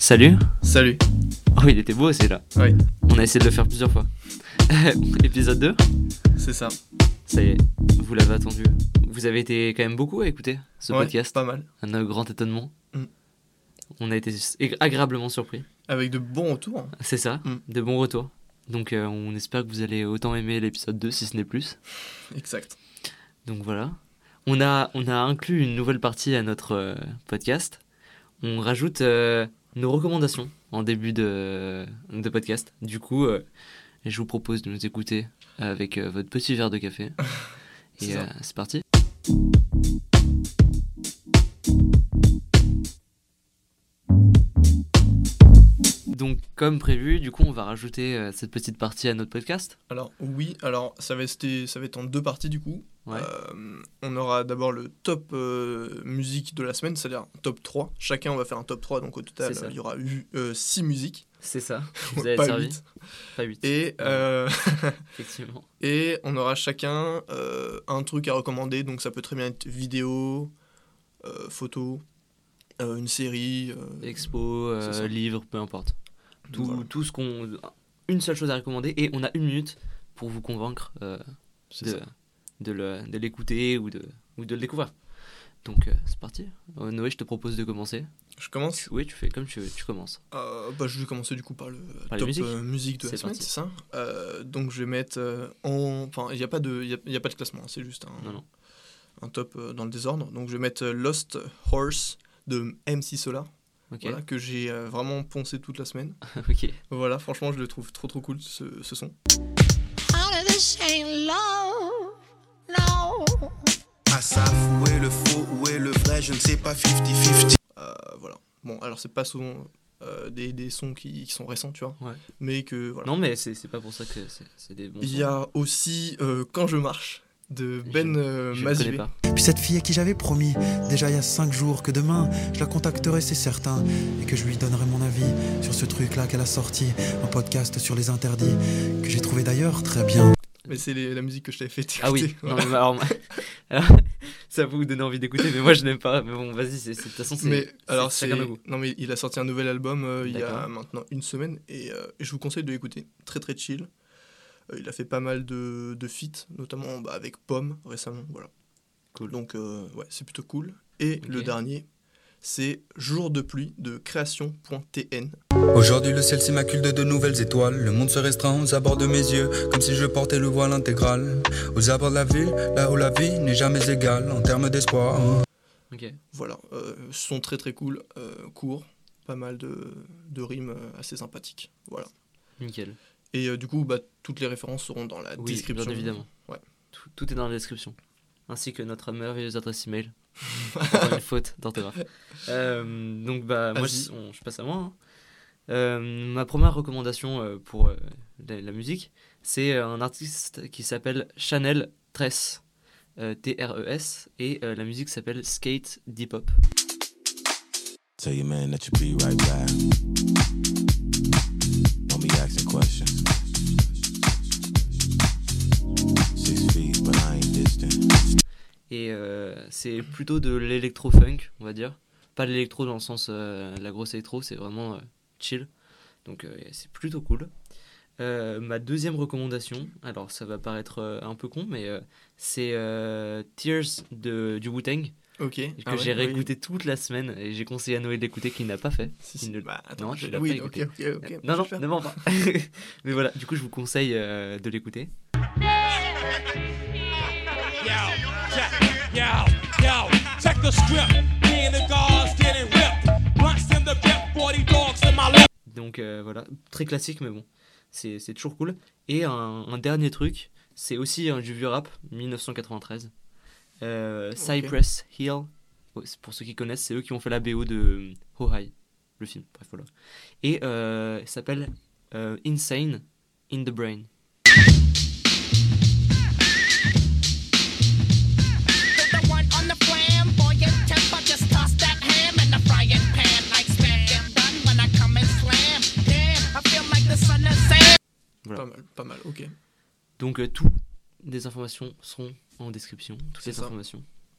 Salut. Salut. Oh, il était beau celui-là. Oui. On a essayé de le faire plusieurs fois. Épisode 2. C'est ça. Ça y est, vous l'avez attendu. Vous avez été quand même beaucoup à écouter ce podcast. Pas mal. À notre grand étonnement. Mm. On a été agréablement surpris. Avec de bons retours. C'est ça, de bons retours. Donc on espère que vous allez autant aimer l'épisode 2 si ce n'est plus. Exact. Donc voilà. On a inclus une nouvelle partie à notre podcast. On rajoute nos recommandations en début de podcast. Du coup, je vous propose de nous écouter avec votre petit verre de café. Et c'est parti. Donc, comme prévu, du coup, on va rajouter cette petite partie à notre podcast. Alors, oui, ça va être en deux parties du coup. Ouais. On aura d'abord le top musique de la semaine, c'est-à-dire un top 3. Chacun, on va faire un top 3, donc au total, il y aura 6 musiques. C'est ça, vous allez être pas servi. 8. Pas 8. Et, Effectivement. Et on aura chacun un truc à recommander, donc ça peut très bien être vidéo, photo, une série. Expo, livre, peu importe. Voilà. Tout ce qu'on... Une seule chose à recommander, et on a 1 minute pour vous convaincre de l'écouter ou de le découvrir. Donc c'est parti. Noé, je te propose de commencer. Je commence. Oui, tu fais comme tu veux, tu commences. Je vais commencer du coup par le top musique de la semaine, c'est ça. Donc je vais mettre enfin il y a pas de classement, c'est juste un top dans le désordre. Donc je vais mettre Lost Horse de MC Solar. Okay. Voilà, que j'ai vraiment poncé toute la semaine. Ok. Voilà, franchement je le trouve trop cool ce son. À savoir où est le faux, où est le vrai, je ne sais pas 50-50. Voilà. Bon, alors c'est pas souvent des sons qui sont récents, tu vois. Ouais. Mais que voilà. Non, mais c'est pas pour ça que c'est des bons sons. Il y a aussi Quand je marche de Ben Mazué. Puis cette fille à qui j'avais promis, déjà il y a 5 jours, que demain je la contacterai, c'est certain, et que je lui donnerai mon avis sur ce truc-là qu'elle a sorti, un podcast sur les interdits, que j'ai trouvé d'ailleurs très bien. Mais c'est la musique que je t'avais fait écouter. Ah oui, voilà. non, mais alors ça va vous donner envie d'écouter, mais moi je n'aime pas. Mais bon, vas-y, de toute façon, c'est chacun de goût. Non, mais il a sorti un nouvel album il y a maintenant 1 semaine, et je vous conseille de l'écouter. Très chill. Il a fait pas mal de feats, notamment avec Pomme récemment. Voilà. Cool. Donc, c'est plutôt cool. Et le dernier, c'est Jour de pluie de création.tn. Aujourd'hui le ciel s'émacule de nouvelles étoiles. Le monde se restreint aux abords de mes yeux, comme si je portais le voile intégral. Aux abords de la ville, là où la vie n'est jamais égale en termes d'espoir. Ok. Voilà, son très cool, court, pas mal de rimes assez sympathiques. Voilà. Nickel. Et du coup, toutes les références seront dans la description. Bien évidemment. Ouais. Tout est dans la description. Ainsi que notre merveilleuse adresse email. Encore une faute d'orthographe. Donc moi je passe à moi. Ma première recommandation pour la musique, c'est un artiste qui s'appelle Chanel Tress, Tres, et la musique s'appelle Skate Deep Hop. Tell your man that you'll be right back. Don't be asking questions. 6 feet, but I ain't distant. Et c'est plutôt de l'électro-funk, on va dire. Pas l'électro dans le sens la grosse électro, c'est vraiment chill. Donc c'est plutôt cool. Ma deuxième recommandation, alors ça va paraître un peu con, mais c'est Tears du Wu-Tang. Ok. Que j'ai réécouté toute la semaine, et j'ai conseillé à Noé de l'écouter, qui n'a pas fait. Attends, non, tu l'as pas écouté. Ok. Non, ne mens pas. Mais voilà, du coup je vous conseille de l'écouter. Check the script. Me and the guards getting ripped. Blunts in the grip, 40 dogs in my lip. Donc voilà, très classique, mais bon, c'est toujours cool. Et un dernier truc, c'est aussi du vieux rap, 1993. Cypress Hill, pour ceux qui connaissent, c'est eux qui ont fait la BO de Oh Hi, le film, bref voilà. Et ça s'appelle Insane in the Brain. Voilà. Pas mal, ok. Donc toutes les informations seront en description, toutes les informations.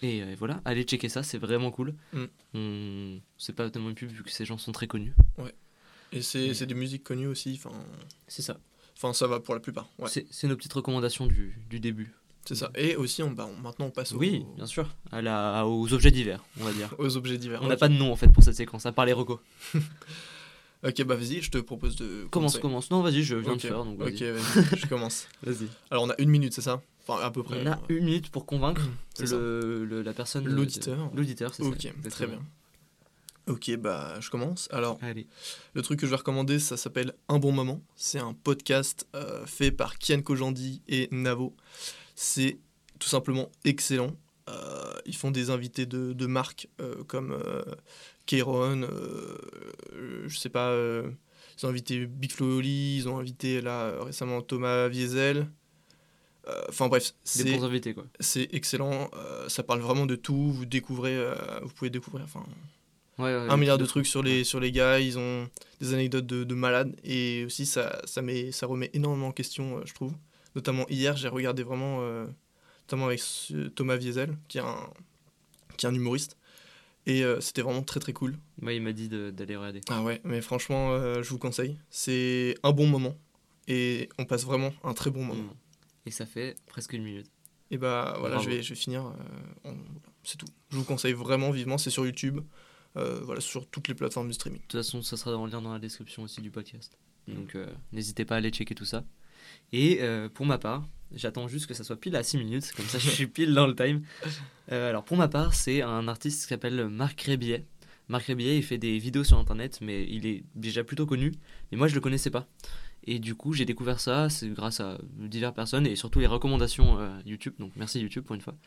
Et voilà, allez checker ça, c'est vraiment cool. C'est pas tellement une pub vu que ces gens sont très connus. Ouais. Et c'est des musiques connues aussi. C'est ça. Enfin, ça va pour la plupart. Ouais. C'est nos petites recommandations du début. C'est ça. Et aussi, maintenant, on passe Oui, bien sûr. Aux objets divers, on va dire. Aux objets divers. On n'a pas de nom, en fait, pour cette séquence, à part les recos. Ok, bah vas-y, je te propose de Commence. Non, vas-y, je viens de faire, donc vas-y. Ok, vas-y, je commence. Vas-y. Alors, on a 1 minute, c'est ça? Enfin, à peu près. On a 1 minute pour convaincre la personne... L'auditeur. L'auditeur, c'est ça. Ok, très bien. Ok, bah je commence. Alors, allez. Le truc que je vais recommander, ça s'appelle Un bon moment. C'est un podcast fait par Kian Kojandi et Navo. C'est tout simplement excellent. Ils font des invités de marques comme Keyron, je sais pas, ils ont invité Big Flo et Oli, ils ont invité là récemment Thomas Wiesel. Enfin bref, des bons invités quoi. C'est excellent, ça parle vraiment de tout, vous pouvez découvrir un milliard de trucs sur les gars, ils ont des anecdotes de malades et aussi ça remet énormément en question je trouve. Notamment hier, j'ai regardé vraiment notamment avec Thomas Wiesel qui est un humoriste et c'était vraiment très très cool. Moi, il m'a dit d'aller regarder. Ah ouais, mais franchement je vous conseille, c'est un bon moment et on passe vraiment un très bon moment. Et ça fait presque 1 minute. Et bah voilà, je vais finir, c'est tout. Je vous conseille vraiment vivement, c'est sur YouTube, sur toutes les plateformes de streaming. De toute façon, ça sera dans le lien dans la description aussi du podcast. Donc n'hésitez pas à aller checker tout ça. Et pour ma part, j'attends juste que ça soit pile à 6 minutes, comme ça je suis pile dans le time. Alors pour ma part, c'est un artiste qui s'appelle Marc Rebillet. Marc Rebillet, il fait des vidéos sur internet, mais il est déjà plutôt connu. Mais moi je le connaissais pas. Et du coup j'ai découvert ça, c'est grâce à diverses personnes et surtout les recommandations YouTube. Donc merci YouTube pour une fois.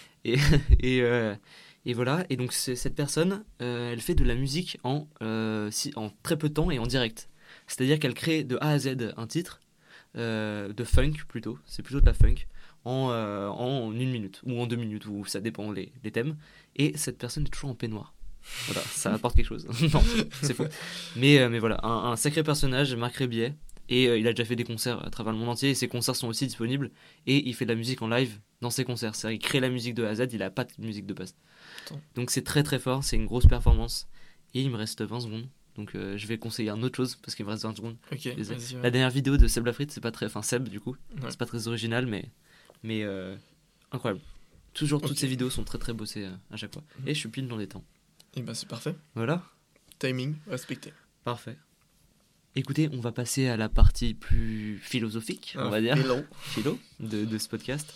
Et voilà, et donc cette personne, elle fait de la musique en très peu de temps et en direct. C'est-à-dire qu'elle crée de A à Z un titre, de funk plutôt, c'est plutôt de la funk, en 1 minute, ou en 2 minutes, ou ça dépend les thèmes. Et cette personne est toujours en peignoir. Voilà, ça apporte quelque chose. Non, c'est faux. Mais voilà, un sacré personnage, Marc Rebillet. Et il a déjà fait des concerts à travers le monde entier, et ses concerts sont aussi disponibles, et il fait de la musique en live dans ses concerts. C'est-à-dire qu'il crée la musique de A à Z, il n'a pas de musique de base. Donc c'est très très fort, c'est une grosse performance, et il me reste 20 secondes, donc je vais conseiller un autre chose, parce qu'il me reste 20 secondes. Okay, la dernière vidéo de Seb Lafrite, c'est pas très... Enfin Seb du coup, c'est pas très original, mais incroyable. Toujours, toutes ces vidéos sont très très bossées à chaque fois, et je suis pile dans les temps. Et bah c'est parfait. Voilà. Timing respecté. Parfait. Écoutez, on va passer à la partie plus philosophique, on va dire. Philo de ce podcast.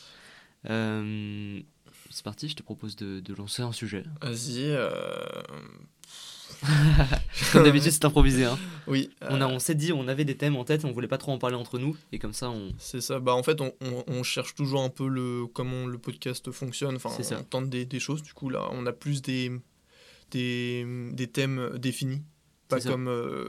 C'est parti, je te propose de lancer un sujet. Vas-y. Comme d'habitude, c'est improvisé. Hein. Oui. On s'est dit, on avait des thèmes en tête, on voulait pas trop en parler entre nous, et comme ça, C'est ça. Bah en fait, on cherche toujours un peu comment le podcast fonctionne. Enfin, on tente des choses. Du coup, là, on a plus des thèmes définis, pas comme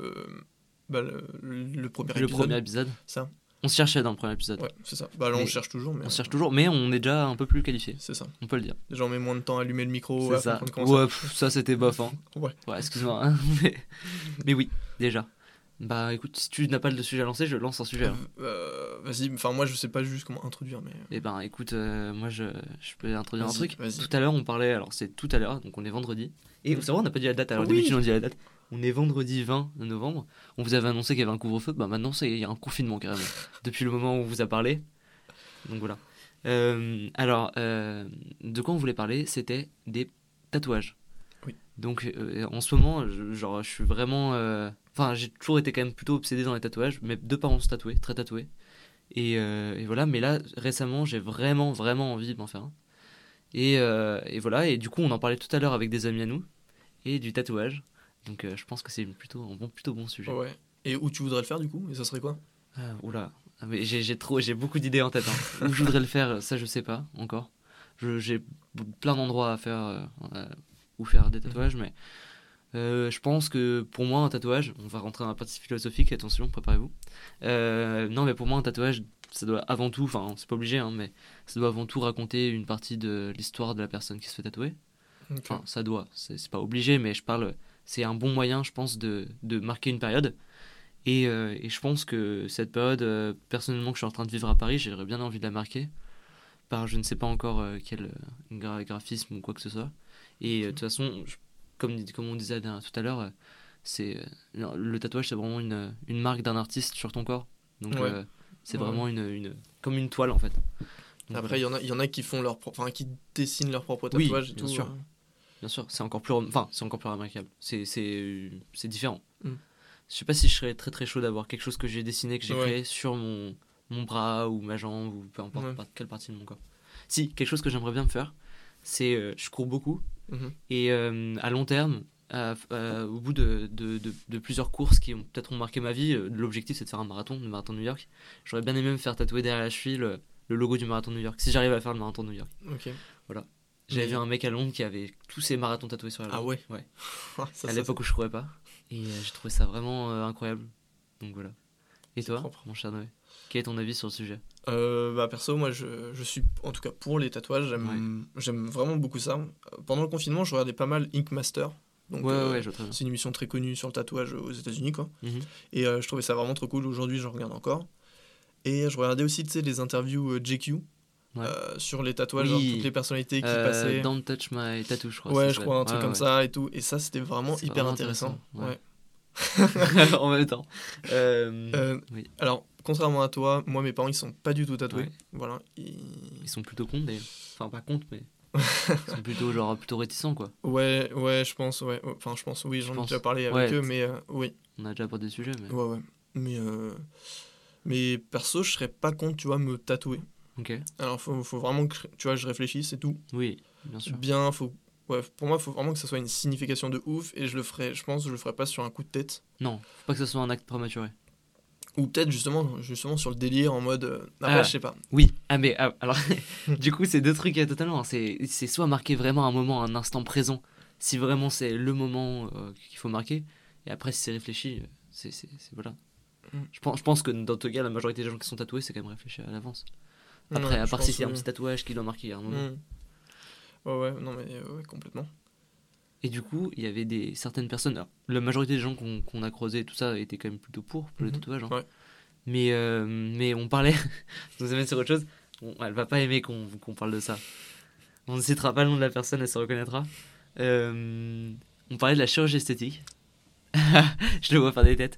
le premier épisode. Ça. On se cherchait dans le premier épisode. Ouais, c'est ça. Bah là, on cherche toujours. On cherche toujours, mais on est déjà un peu plus qualifié. C'est ça. On peut le dire. Déjà, on met moins de temps à allumer le micro. C'est ça. Ouais, ça c'était bof. Hein. Ouais, excuse-moi. Hein. Mais oui, déjà. Bah écoute, si tu n'as pas de sujet à lancer, je lance un sujet. Vas-y, enfin moi je sais pas juste comment introduire. Mais... Eh ben écoute, moi je peux introduire un truc. Vas-y. Tout à l'heure on parlait, alors c'est tout à l'heure, donc on est vendredi. Et c'est vrai, on n'a pas dit la date, alors d'habitude on dit la date. On est vendredi 20 novembre. On vous avait annoncé qu'il y avait un couvre-feu. Bah maintenant, il y a un confinement carrément. Depuis le moment où on vous a parlé. Donc voilà. Alors, de quoi on voulait parler, c'était des tatouages. Oui. Donc en ce moment, je suis vraiment... Enfin, j'ai toujours été quand même plutôt obsédé dans les tatouages. Mes 2 parents sont tatoués, très tatoués. Et voilà. Mais là, récemment, j'ai vraiment, vraiment envie d'en faire un. Et voilà. Et du coup, on en parlait tout à l'heure avec des amis à nous. Et du tatouage. Donc je pense que c'est plutôt bon sujet. Ouais. Et où tu voudrais le faire du coup ? Et ça serait quoi ? Oula, mais j'ai beaucoup d'idées en tête. Hein. Où je voudrais le faire, ça je sais pas encore. J'ai plein d'endroits à faire où faire des tatouages, mais je pense que pour moi un tatouage, on va rentrer dans la partie philosophique, attention, préparez-vous. Non mais pour moi un tatouage, ça doit avant tout, enfin c'est pas obligé, hein, mais ça doit avant tout raconter une partie de l'histoire de la personne qui se fait tatouer. Okay. Enfin ça doit, c'est pas obligé, mais je parle... C'est un bon moyen, je pense, de marquer une période. Et je pense que cette période, personnellement, que je suis en train de vivre à Paris, j'aurais bien envie de la marquer. par je ne sais pas encore quel graphisme ou quoi que ce soit. Et de toute façon, comme on disait tout à l'heure, le tatouage, c'est vraiment une marque d'un artiste sur ton corps. Donc c'est vraiment comme une toile en fait. Donc, après, il y en a qui font qui dessinent leur propre tatouage et tout. Bien sûr, c'est encore plus remarquable. C'est différent. Je sais pas si je serais très très chaud d'avoir quelque chose que j'ai dessiné, que j'ai créé sur mon bras ou ma jambe ou peu importe quelle partie de mon corps. Si, quelque chose que j'aimerais bien me faire, c'est je cours beaucoup et à long terme, au bout de plusieurs courses qui peut-être ont marqué ma vie, l'objectif c'est de faire le marathon de New York. J'aurais bien aimé me faire tatouer derrière la cheville le logo du marathon de New York, si j'arrive à faire le marathon de New York. Voilà. J'avais vu un mec à Londres qui avait tous ses marathons tatoués sur la jambe. Ah ouais. À l'époque où je courais pas. Et j'ai trouvé ça vraiment incroyable. Donc voilà. Et toi, mon cher Noé, quel est ton avis sur le sujet ? Perso, moi je suis en tout cas pour les tatouages. J'aime vraiment beaucoup ça. Pendant le confinement, je regardais pas mal Ink Master. Donc, c'est une émission très connue sur le tatouage aux États-Unis, quoi. Et je trouvais ça vraiment trop cool. Aujourd'hui, je regarde encore. Et je regardais aussi, les interviews JQ sur les tatouages, genre, toutes les personnalités qui passaient. Don't Touch My Tattoo, je crois. Ouais, je crois, un truc comme ça et tout. Et ça, c'était vraiment hyper intéressant. En même temps. Alors, contrairement à toi, moi, mes parents, ils sont pas du tout tatoués. Voilà. Ils sont plutôt contre, enfin, pas contre, mais. Ils sont plutôt réticents, quoi. Ouais, je pense, Enfin, je pense, oui, j'en ai déjà parlé avec eux, mais oui. On a déjà abordé le sujet, mais. Ouais. Mais perso, je serais pas contre, tu vois, me tatouer. Ok. Alors, faut vraiment que, tu vois, je réfléchisse et tout. Oui, bien sûr. Pour moi, il faut vraiment que ça soit une signification de ouf, et je pense que je le ferai pas sur un coup de tête. Non, faut pas que ça soit un acte prématuré. Ou peut-être justement sur le délire, en mode... je sais pas. Oui, alors, du coup, c'est deux trucs totalement. C'est soit marquer vraiment un moment, un instant présent, si vraiment c'est le moment qu'il faut marquer, et après, si c'est réfléchi, c'est voilà. Je pense que dans tout cas, la majorité des gens qui sont tatoués, c'est quand même réfléchi à l'avance. Après, à part si c'est un petit tatouage qui doit marquer à un moment. Non mais complètement. Et du coup, il y avait certaines personnes, alors, la majorité des gens qu'on a croisés et tout ça étaient quand même plutôt pour le tatouage. Hein. Mais on parlait, ça nous amène sur autre chose, elle va pas aimer qu'on parle de ça. On ne citera pas le nom de la personne, elle se reconnaîtra. On parlait de la chirurgie esthétique. Je le vois faire des têtes.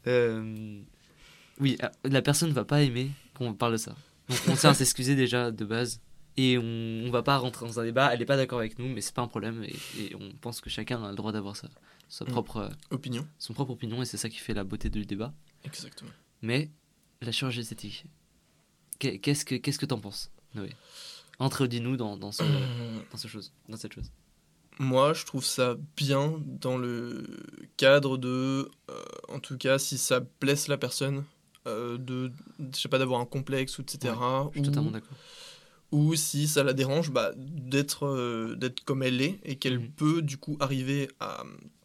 Oui, la personne ne va pas aimer qu'on parle de ça. Donc on tient à s'excuser déjà de base. Et on va pas rentrer dans un débat, elle est pas d'accord avec nous, mais c'est pas un problème. Et on pense que chacun a le droit d'avoir sa propre opinion. Son propre opinion, et c'est ça qui fait la beauté du débat. Exactement. Mais la chirurgie esthétique, qu'est-ce que t'en penses, Noé ? Introduis-nous dans cette chose. Moi, je trouve ça bien dans le cadre de, en tout cas, si ça blesse la personne, je sais pas, d'avoir un complexe, etc. Je suis totalement d'accord. Ou si ça la dérange, d'être comme elle est, et qu'elle peut du coup arriver à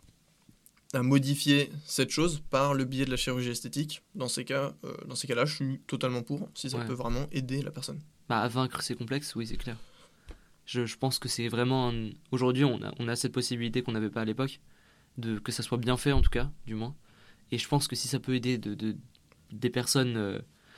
modifier cette chose par le biais de la chirurgie esthétique. Dans ces cas-là, je suis totalement pour, si ça peut vraiment aider la personne. À vaincre ses complexes, oui, c'est clair. Je pense que c'est vraiment... Aujourd'hui, on a cette possibilité qu'on n'avait pas à l'époque, que ça soit bien fait en tout cas, du moins. Et je pense que si ça peut aider des personnes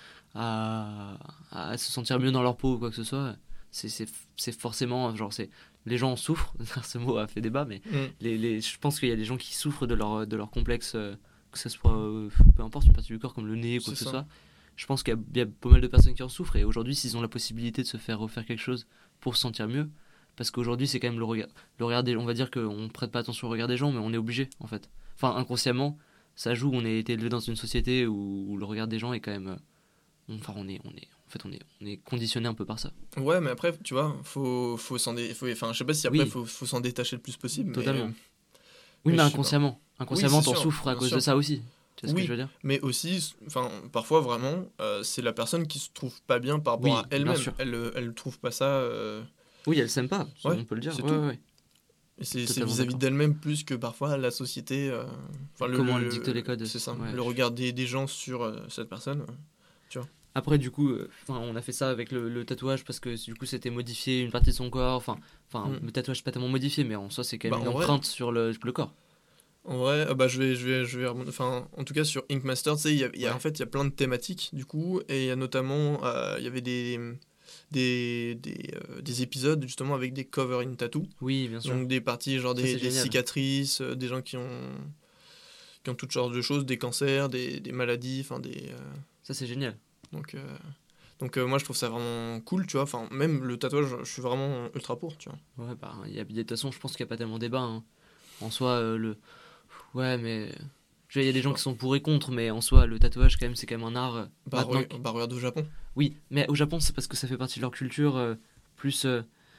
à se sentir mieux dans leur peau ou quoi que ce soit, c'est forcément... les gens en souffrent, ce mot a fait débat, mais je pense qu'il y a des gens qui souffrent de leur complexe, que ce soit peu importe une partie du corps comme le nez ou quoi que ce soit. Je pense qu'il y a pas mal de personnes qui en souffrent, et aujourd'hui, s'ils ont la possibilité de se faire refaire quelque chose pour se sentir mieux, parce qu'aujourd'hui c'est quand même le regard des, on va dire qu'on prête pas attention au regard des gens, mais on est obligé en fait, enfin inconsciemment ça joue, on a été élevé dans une société où le regard des gens est quand même on est conditionné un peu par ça. Ouais, mais après tu vois, faut je sais pas si après faut s'en détacher le plus possible. Totalement. Mais inconsciemment t'en souffres à cause de ça aussi. Tu sais ce que je veux dire ? Mais aussi, parfois vraiment, c'est la personne qui se trouve pas bien par rapport à elle-même. Elle trouve pas ça. Oui, elle s'aime pas, on peut le dire. Et c'est vis-à-vis d'elle-même plus que parfois la société. Comment elle dicte les codes. C'est ça. Le regard des gens sur cette personne. Tu vois. Après, du coup, on a fait ça avec le tatouage parce que du coup, c'était modifier une partie de son corps. Le tatouage, c'est pas tellement modifié, mais en soi, c'est quand même une empreinte sur le corps. En vrai, je vais en tout cas sur Ink Master, tu sais, en fait, il y a plein de thématiques du coup, et il y a notamment il y avait des épisodes justement avec des covering tattoos. Oui, bien sûr. Donc des parties, genre des cicatrices, des gens qui ont toutes sortes de choses, des cancers, des maladies, enfin des... Ça, c'est génial. Donc moi, je trouve ça vraiment cool, tu vois. Enfin, même le tatouage, je suis vraiment ultra pour, tu vois. Ouais, bah, de toute façon, je pense qu'il n'y a pas tellement débat. Hein. En soi, ouais, mais... Il y a des gens qui sont pour et contre, mais en soi, le tatouage, quand même, c'est quand même un art... regarde au Japon. Oui, mais au Japon, c'est parce que ça fait partie de leur culture, plus...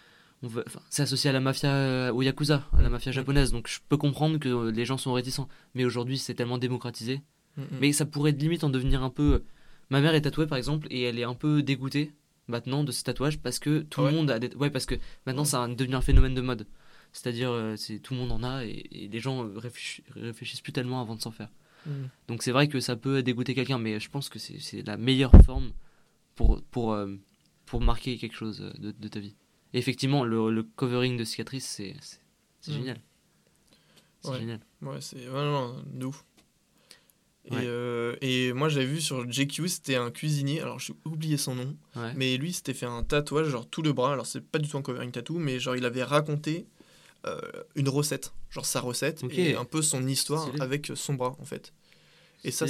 c'est associé à la mafia, au Yakuza, à la mafia japonaise, donc je peux comprendre que les gens sont réticents. Mais aujourd'hui, c'est tellement démocratisé. Mais ça pourrait limite en devenir un peu... Ma mère est tatouée, par exemple, et elle est un peu dégoûtée, maintenant, de ses tatouages, parce que tout le monde a des... Ouais, parce que maintenant, ça devient un phénomène de mode. C'est-à-dire, tout le monde en a, et les gens réfléchissent plus tellement avant de s'en faire. Donc c'est vrai que ça peut dégoûter quelqu'un, mais je pense que c'est la meilleure forme pour marquer quelque chose de ta vie. Et effectivement, le covering de cicatrices, c'est génial. C'est génial. Ouais, c'est vraiment de ouf. Ouais. Et moi, j'avais vu sur JQ, c'était un cuisinier, alors j'ai oublié son nom, mais lui, s'était fait un tatouage, genre tout le bras, alors c'est pas du tout un covering tattoo, mais genre il avait raconté une recette, genre sa recette, et un peu son histoire avec son bras, en fait. Et ça,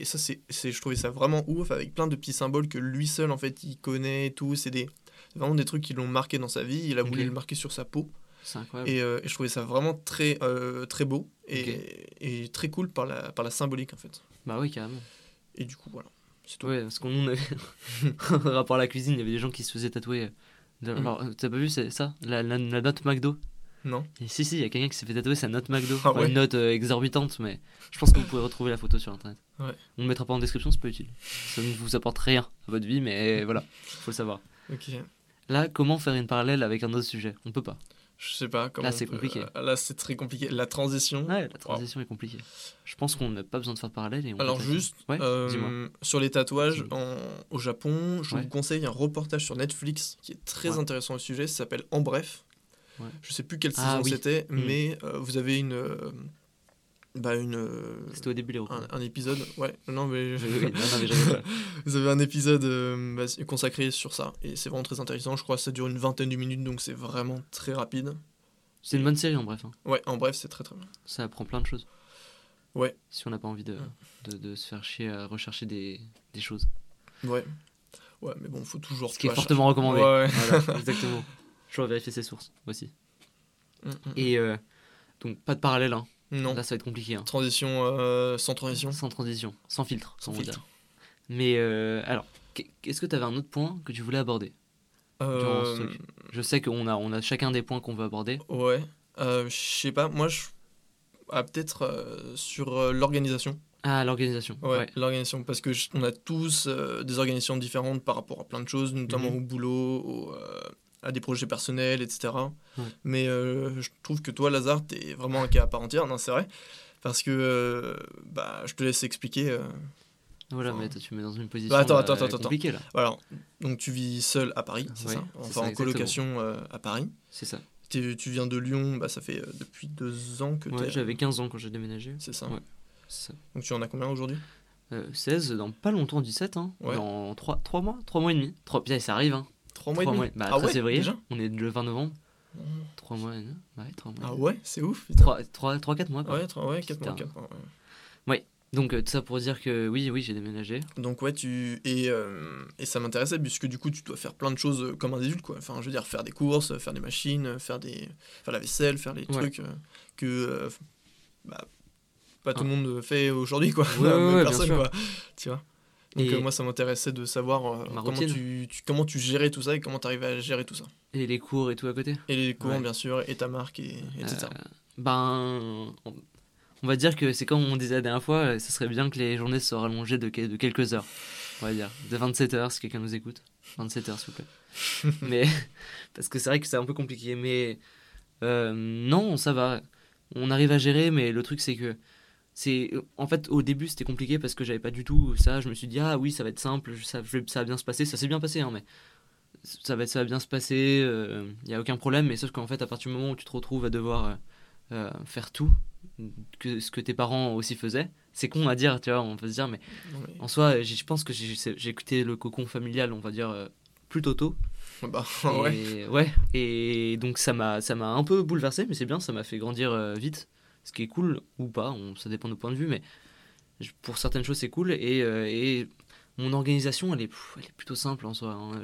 je trouvais ça vraiment ouf, avec plein de petits symboles que lui seul, en fait, il connaît et tout. C'est vraiment des trucs qui l'ont marqué dans sa vie. Il a voulu le marquer sur sa peau. C'est incroyable. Et je trouvais ça vraiment très, très beau et très cool par la symbolique, en fait. Bah oui, carrément. Et du coup, voilà. C'est tout. Ouais, parce qu'on avait... en rapport à la cuisine, il y avait des gens qui se faisaient tatouer... Alors, t'as pas vu ça la note McDo? Non. Et si, il y a quelqu'un qui s'est fait tatouer sa note McDo. Une note exorbitante, mais je pense que vous pouvez retrouver la photo sur internet. Ouais. On ne mettra pas en description, c'est pas utile. Ça ne vous apporte rien à votre vie, mais voilà, faut le savoir. Ok. Là, comment faire une parallèle avec un autre sujet? On peut pas. Je sais pas comment. Là, c'est compliqué. Là, c'est très compliqué. La transition. Ouais, la transition est compliquée. Je pense qu'on n'a pas besoin de faire de parallèle. Alors, juste, sur les tatouages au Japon, je vous conseille un reportage sur Netflix qui est très intéressant au sujet. Ça s'appelle En Bref. Ouais. Je sais plus quelle saison c'était, mais vous avez c'était au début, un épisode. Ouais, non, mais. Vous avez un épisode consacré sur ça, et c'est vraiment très intéressant. Je crois que ça dure une vingtaine de minutes, donc c'est vraiment très rapide. C'est une bonne série, En Bref. Hein. Ouais, En Bref, c'est très très bien. Ça apprend plein de choses. Ouais. Si on n'a pas envie de se faire chier à rechercher des choses. Ouais. Ouais, mais bon, faut toujours. Ce qui est fortement recommandé. Ouais. Voilà, exactement. Je vais vérifier ses sources aussi. Et donc, pas de parallèle. Hein. Non. Là, ça va être compliqué. Hein. Transition, sans transition. Sans transition, sans filtre. Mais alors, est-ce que tu avais un autre point que tu voulais aborder durant ce truc? Je sais qu'on a chacun des points qu'on veut aborder. Ouais. Je sais pas. Moi, peut-être sur l'organisation. Ah, l'organisation. Ouais, l'organisation. Parce que on a tous des organisations différentes par rapport à plein de choses, notamment au boulot, à des projets personnels, etc. Mais je trouve que toi, Lazare, t'es vraiment un cas à part entière. Non, c'est vrai. Parce que je te laisse expliquer. Voilà, mais tu me mets dans une position attends. compliquée là. Alors, donc tu vis seul à Paris, c'est ça? Enfin, en colocation à Paris. C'est ça. Tu viens de Lyon, ça fait depuis 2 ans que t'es... j'avais 15 ans quand j'ai déménagé. C'est ça. Ouais, c'est ça. Donc tu en as combien aujourd'hui? 16, dans pas longtemps, 17, hein. Ouais. Dans 3 mois, 3 mois et demi. Ça arrive, hein. 3 mois et demi. 13 février, déjà on est le 20 novembre. 3 mois et demi. Ouais, 3 mois. Ah ouais, c'est ouf. 3-4 mois, quoi. Ouais, 4 mois. Ouais. Donc tout ça pour dire que oui, j'ai déménagé. Donc ouais, et ça m'intéressait puisque du coup tu dois faire plein de choses comme un adulte, quoi. Enfin, je veux dire, faire des courses, faire des machines, faire la vaisselle, faire les trucs que pas tout le monde fait aujourd'hui, quoi. Ouais, personne, bien sûr. Quoi. Tu vois. Donc moi ça m'intéressait de savoir comment tu gérais tout ça et comment tu arrivais à gérer tout ça. Et les cours et tout à côté. Et les cours bien sûr, et ta marque etc. On va dire que c'est comme on disait la dernière fois, ce serait bien que les journées soient rallongées de quelques heures. On va dire de 27 heures si quelqu'un nous écoute. 27 heures s'il vous plaît. Mais parce que c'est vrai que c'est un peu compliqué, mais non, ça va. On arrive à gérer, mais le truc c'est que en fait au début c'était compliqué parce que j'avais pas du tout ça. Je me suis dit ah oui, ça va être simple, ça va bien se passer. Ça s'est bien passé, hein, mais ça va bien se passer. Y a aucun problème. Mais sauf qu'en fait à partir du moment où tu te retrouves à devoir faire tout ce que tes parents aussi faisaient, c'est con à dire, tu vois, on peut se dire, mais en soi je pense que j'ai écouté le cocon familial, on va dire, plutôt tôt. Bah, Et donc ça m'a un peu bouleversé, mais c'est bien, ça m'a fait grandir vite, ce qui est cool ou pas, ça dépend de point de vue, mais pour certaines choses c'est cool. Et mon organisation elle est plutôt simple en soi, hein.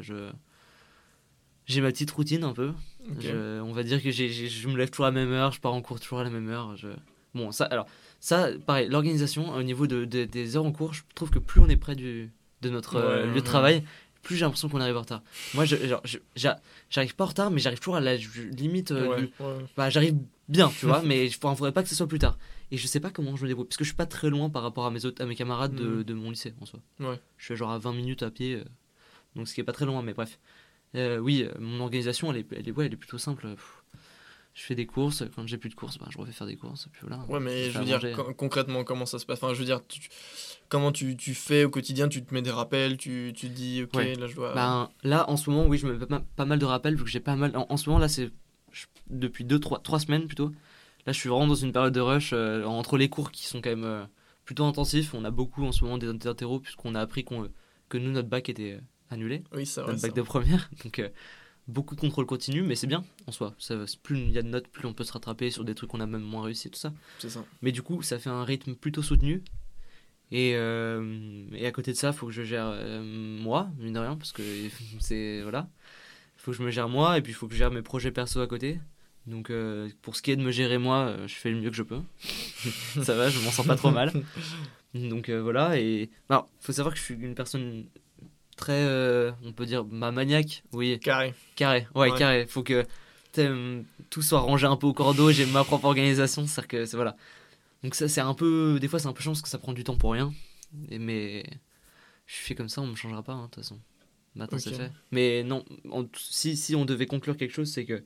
J'ai ma petite routine un peu. Okay. On va dire que je me lève toujours à la même heure, je pars en cours toujours à la même heure. Bon, ça, pareil, l'organisation, au niveau des heures en cours, je trouve que plus on est près de notre lieu de travail, plus j'ai l'impression qu'on arrive en retard. Moi, j'arrive pas en retard, mais j'arrive toujours à la limite. Bah, j'arrive bien, tu vois, mais il faudrait pas que ce soit plus tard. Et je sais pas comment je me débrouille, parce que je suis pas très loin par rapport à mes camarades de mon lycée, en soi. Ouais. Je suis genre à 20 minutes à pied, donc ce qui est pas très loin, mais bref. Oui, mon organisation, elle est plutôt simple. Je fais des courses, quand j'ai plus de courses, je refais faire des courses. Puis voilà, ouais, mais je veux dire, concrètement, comment ça se passe ? Enfin, je veux dire, comment tu fais au quotidien ? Tu te mets des rappels, tu te dis, ok, là je dois... Là, en ce moment, oui, je me mets pas mal de rappels, vu que j'ai pas mal... En ce moment, là, c'est depuis 3 semaines, plutôt. Là, je suis vraiment dans une période de rush, entre les cours qui sont quand même plutôt intensifs. On a beaucoup, en ce moment, des interros, puisqu'on a appris que nous, notre bac était annulé. Oui, c'est vrai, notre bac de première, donc... beaucoup de contrôle continu, mais c'est bien en soi. Plus il y a de notes, plus on peut se rattraper sur des trucs qu'on a même moins réussi, tout ça. C'est ça. Mais du coup, ça fait un rythme plutôt soutenu. Et à côté de ça, il faut que je gère moi, mine de rien, parce que c'est... Voilà. Il faut que je me gère moi, et puis il faut que je gère mes projets perso à côté. Donc pour ce qui est de me gérer moi, je fais le mieux que je peux. Ça va, je m'en sens pas trop mal. Donc voilà, et... Alors, faut savoir que je suis une personne... très, on peut dire, maniaque, oui. Carré, ouais. Carré. Faut que tout soit rangé un peu au cordeau, j'ai ma propre organisation, c'est-à-dire que c'est voilà. Donc ça, c'est un peu, des fois c'est un peu chiant parce que ça prend du temps pour rien. Mais je suis comme ça, on me changera pas, de toute façon. Maintenant c'est fait. Mais non, si on devait conclure quelque chose, c'est que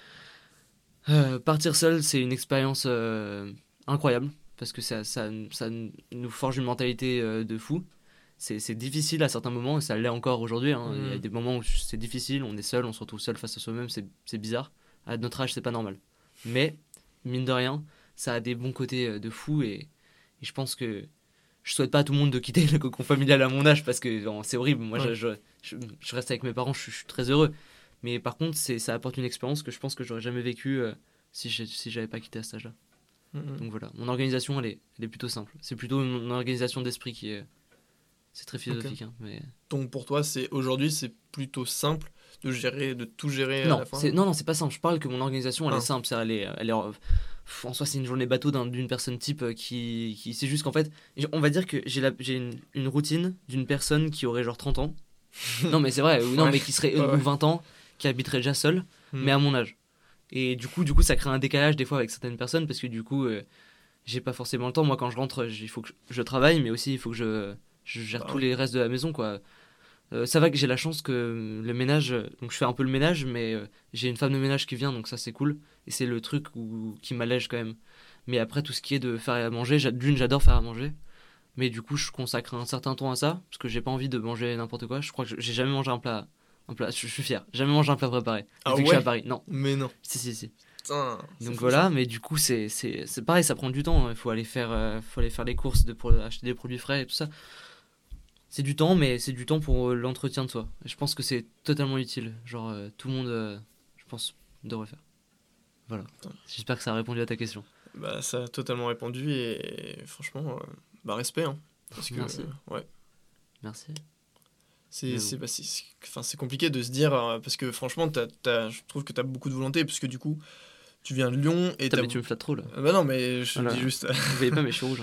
partir seul, c'est une expérience incroyable parce que ça nous forge une mentalité de fou. C'est difficile à certains moments et ça l'est encore aujourd'hui, hein. Il y a des moments où c'est difficile, on est seul, on se retrouve seul face à soi-même, c'est bizarre. À notre âge, c'est pas normal. Mais, mine de rien, ça a des bons côtés de fou et je pense que je souhaite pas à tout le monde de quitter le cocon familial à mon âge parce que c'est horrible. Moi, je reste avec mes parents, je suis très heureux. Mais par contre, ça apporte une expérience que je pense que j'aurais jamais vécue si j'avais pas quitté à cet âge-là. Donc voilà, mon organisation, elle est plutôt simple. C'est plutôt une organisation d'esprit qui est... C'est très philosophique. Okay. Mais... Donc pour toi, aujourd'hui, c'est plutôt simple de tout gérer à la fin ? Non, c'est pas simple. Je parle que mon organisation, elle est simple. Elle est en soi, c'est une journée bateau d'une personne type qui... C'est juste qu'en fait, on va dire que j'ai une routine d'une personne qui aurait genre 30 ans. Non, mais c'est vrai. Mais qui serait 20 ans, qui habiterait déjà seule, mais à mon âge. Et du coup, ça crée un décalage des fois avec certaines personnes parce que du coup, j'ai pas forcément le temps. Moi, quand je rentre, il faut que je travaille, mais aussi il faut que je gère tous les restes de la maison, quoi. Ça va que j'ai la chance que le ménage, donc je fais un peu le ménage, mais j'ai une femme de ménage qui vient, donc ça c'est cool. Et c'est le truc qui m'allège quand même. Mais après, tout ce qui est de faire à manger, j'adore faire à manger. Mais du coup, je consacre un certain temps à ça, parce que j'ai pas envie de manger n'importe quoi. Je crois que j'ai jamais mangé un plat, je suis fier, jamais mangé un plat préparé. Depuis que je suis à Paris, non. Mais non. Si. Putain, donc voilà, ça. Mais du coup, c'est pareil, ça prend du temps. Il faut aller faire les courses pour acheter des produits frais et tout ça. C'est du temps, mais c'est du temps pour l'entretien de soi. Et je pense que c'est totalement utile. Genre, tout le monde, je pense, devrait faire. Voilà. J'espère que ça a répondu à ta question. Bah, ça a totalement répondu et franchement, respect. Hein, parce Merci. Ouais. Merci. C'est compliqué de se dire, parce que franchement, je trouve que tu as beaucoup de volonté, parce que du coup, tu viens de Lyon et mais tu me flattes trop là. Bah non, mais je dis juste. Vous voyez pas, mais je suis rouge.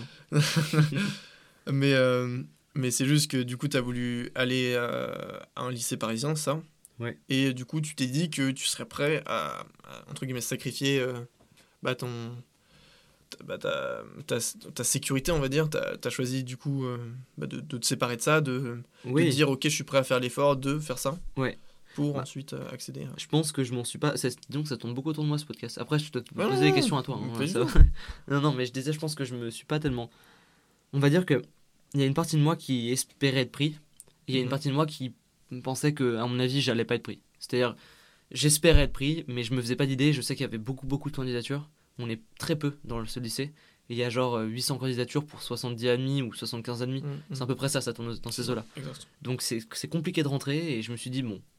Hein. Mais c'est juste que du coup, tu as voulu aller à un lycée parisien, ça. Ouais. Et du coup, tu t'es dit que tu serais prêt à entre guillemets, sacrifier ta sécurité, on va dire. Tu as choisi du coup de te séparer de ça, de dire ok, je suis prêt à faire l'effort de faire ça. Ouais. Pour ensuite accéder. Je pense que je m'en suis pas. Donc ça tourne beaucoup autour de moi ce podcast. Après, je dois te poser des questions à toi. Non, mais je disais, je pense que je me suis pas tellement. On va dire que. Il y a une partie de moi qui espérait être pris. Et il y a une partie de moi qui pensait que, à mon avis, j'allais pas être pris. C'est-à-dire, j'espérais être pris, mais je me faisais pas d'idée. Je sais qu'il y avait beaucoup de candidatures. On est très peu dans ce lycée. Et il y a genre 800 candidatures pour 70 admis ou 75 admis. C'est à peu près ça tourne dans ces eaux-là. Exact. Donc c'est compliqué de rentrer. Et je me suis dit, bon,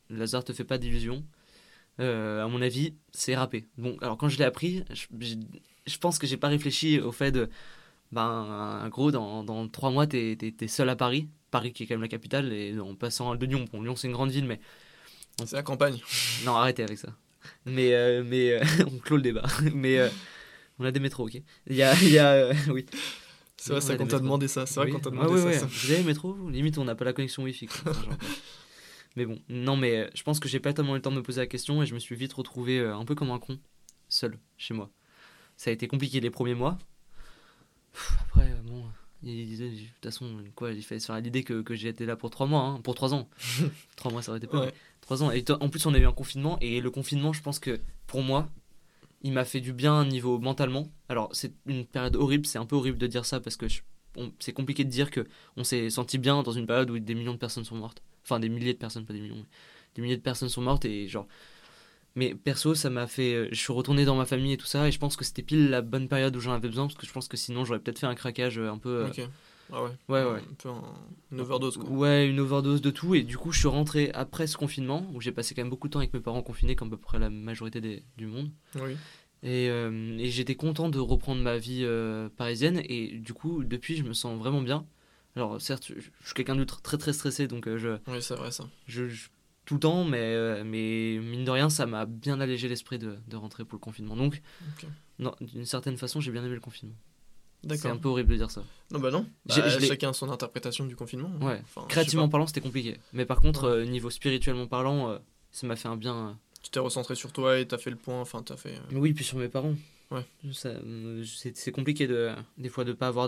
Le hasard te fait pas d'illusions. À mon avis, c'est râpé. Bon, alors quand je l'ai appris, je pense que j'ai pas réfléchi au fait de... en gros, dans 3 mois, t'es seul à Paris. Paris qui est quand même la capitale, et en passant de Lyon. Bon, Lyon, c'est une grande ville, mais... C'est la campagne. Non, arrêtez avec ça. Mais on clôt le débat. Mais on a des métros, ok. Il y a oui. C'est vrai, ça qu'on t'a demandé ça. C'est vrai qu'on t'a demandé ça. Vous avez le métro, limite on n'a pas la connexion Wi-Fi. Mais bon, non, mais je pense que j'ai pas tellement eu le temps de me poser la question et je me suis vite retrouvé un peu comme un con, seul, chez moi. Ça a été compliqué les premiers mois. Après, bon, il disait, de toute façon, quoi, il fallait se faire l'idée que j'ai été là pour 3 mois, hein, pour 3 ans. 3 mois, ça aurait été peu. Ouais. 3 ans. Et en plus, on a eu un confinement, et le confinement, je pense que pour moi, il m'a fait du bien niveau mentalement. Alors, c'est une période horrible, c'est un peu horrible de dire ça parce que c'est compliqué de dire qu'on s'est senti bien dans une période où des millions de personnes sont mortes. Enfin, des milliers de personnes, pas des millions, mais des milliers de personnes sont mortes et genre. Mais perso, ça m'a fait. Je suis retourné dans ma famille et tout ça, et je pense que c'était pile la bonne période où j'en avais besoin parce que je pense que sinon j'aurais peut-être fait un craquage un peu. Ok. Ah ouais. Ouais. Un peu une overdose, quoi. Ouais, une overdose de tout, et du coup, je suis rentré après ce confinement où j'ai passé quand même beaucoup de temps avec mes parents confinés, comme à peu près la majorité du monde. Oui. Et j'étais content de reprendre ma vie parisienne, et du coup, depuis, je me sens vraiment bien. Alors, certes, je suis quelqu'un de très très stressé, donc Oui, c'est vrai ça. tout le temps, mais mine de rien, ça m'a bien allégé l'esprit de rentrer pour le confinement. Donc, non, d'une certaine façon, j'ai bien aimé le confinement. D'accord. C'est un peu horrible de dire ça. Non, bah non. Chacun a son interprétation du confinement. Ouais. Enfin, créativement parlant, c'était compliqué. Mais par contre, niveau spirituellement parlant, ça m'a fait un bien. Tu t'es recentré sur toi et t'as fait le point, enfin t'as fait... Oui, puis sur mes parents. Ouais. C'est compliqué des fois de pas avoir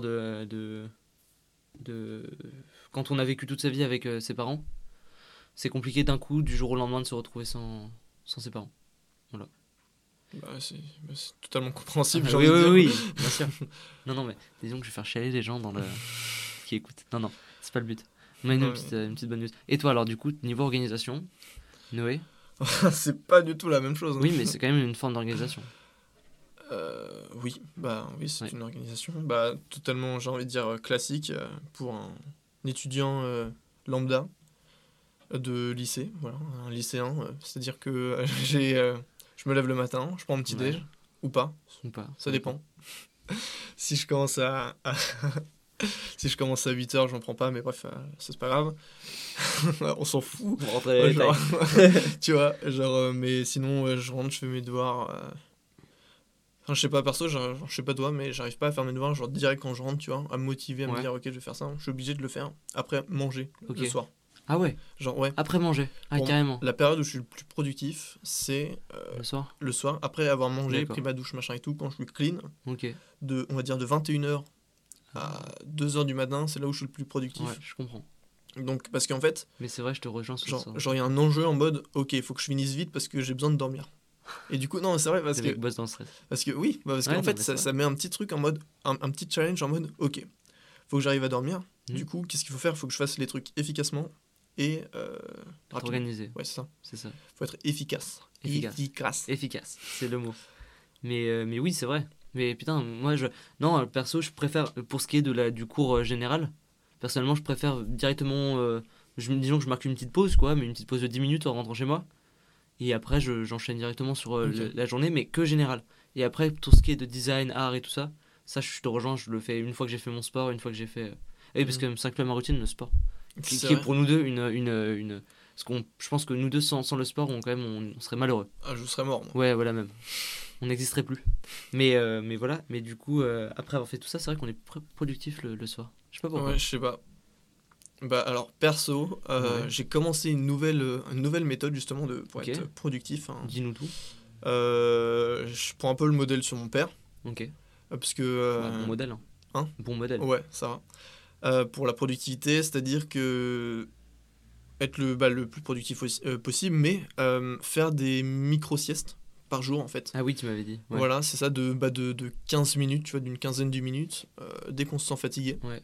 quand on a vécu toute sa vie avec ses parents, c'est compliqué d'un coup, du jour au lendemain, de se retrouver sans ses parents. Voilà. Bah, c'est totalement compréhensible. Oui, bien sûr. Non, mais disons que je vais faire chialer les gens qui écoutent. Non, c'est pas le but. Mais une petite bonne news. Et toi, alors, du coup, niveau organisation, Noé? C'est pas du tout la même chose. Hein. Oui, mais c'est quand même une forme d'organisation. Oui, c'est ouais. Une organisation totalement, j'ai envie de dire, classique pour un étudiant lambda de lycée, voilà, un lycéen. C'est-à-dire que je me lève le matin, je prends un petit déj, ou pas, ça dépend. Si je commence à 8h, j'en prends pas, mais bref, c'est pas grave. On s'en fout. On rentre les genre, tu vois, mais sinon, je rentre, je fais mes devoirs. Enfin, je sais pas, perso, je sais pas toi, mais j'arrive pas à faire mes devoirs, genre direct quand je rentre, tu vois, à me motiver, à me dire, ok, je vais faire ça. Je suis obligé de le faire après manger le soir. Ah ouais. Genre, ouais. Après manger. Ah, carrément. La période où je suis le plus productif, c'est le soir, après avoir mangé, pris ma douche, machin et tout, quand je suis clean, on va dire de 21h à 2h du matin, c'est là où je suis le plus productif. Ouais, je comprends. Donc, parce qu'en fait... Mais c'est vrai, je te rejoins sur ça. Genre, il y a un enjeu en mode, ok, il faut que je finisse vite parce que j'ai besoin de dormir. Et du coup, non, c'est vrai, parce que... bosse dans le stress. Parce que, oui, parce qu'en fait, ça met un petit truc en mode... Un petit challenge en mode, ok, faut que j'arrive à dormir. Du coup, qu'est-ce qu'il faut faire ? Il faut que je fasse les trucs efficacement et... organisé. Ouais, c'est ça. C'est ça. Faut être efficace. Efficace, c'est le mot. Mais oui, c'est vrai. Mais putain, moi, non, perso, je préfère, pour ce qui est du cours général, personnellement, je préfère directement... disons que je marque une petite pause, quoi, mais une petite pause de 10 minutes en rentrant chez moi. Et après, j'enchaîne directement sur la journée, mais que général. Et après, tout ce qui est de design, art et tout ça, je te rejoins, je le fais une fois que j'ai fait mon sport, une fois que j'ai fait... Et parce que ça inclut ma routine, le sport. Qui est pour nous deux une... Parce je pense que nous deux, sans le sport, on serait malheureux. Ah, je serais mort, moi. Ouais, voilà, même. On n'existerait plus. Mais voilà, mais du coup, après avoir fait tout ça, c'est vrai qu'on est productif le soir. Je sais pas pourquoi. Ouais, je sais pas. Alors, perso, j'ai commencé une nouvelle méthode, justement, pour être productif. Hein. Dis-nous tout. Je prends un peu le modèle sur mon père. Ok. Parce que... bon modèle. Hein ? Bon modèle. Ouais, ça va. Pour la productivité, c'est-à-dire que... être le plus productif possible, mais faire des micro-siestes par jour, en fait. Ah oui, tu m'avais dit. Ouais. Voilà, c'est ça, de 15 minutes, tu vois, d'une quinzaine de minutes, dès qu'on se sent fatigué. Ouais.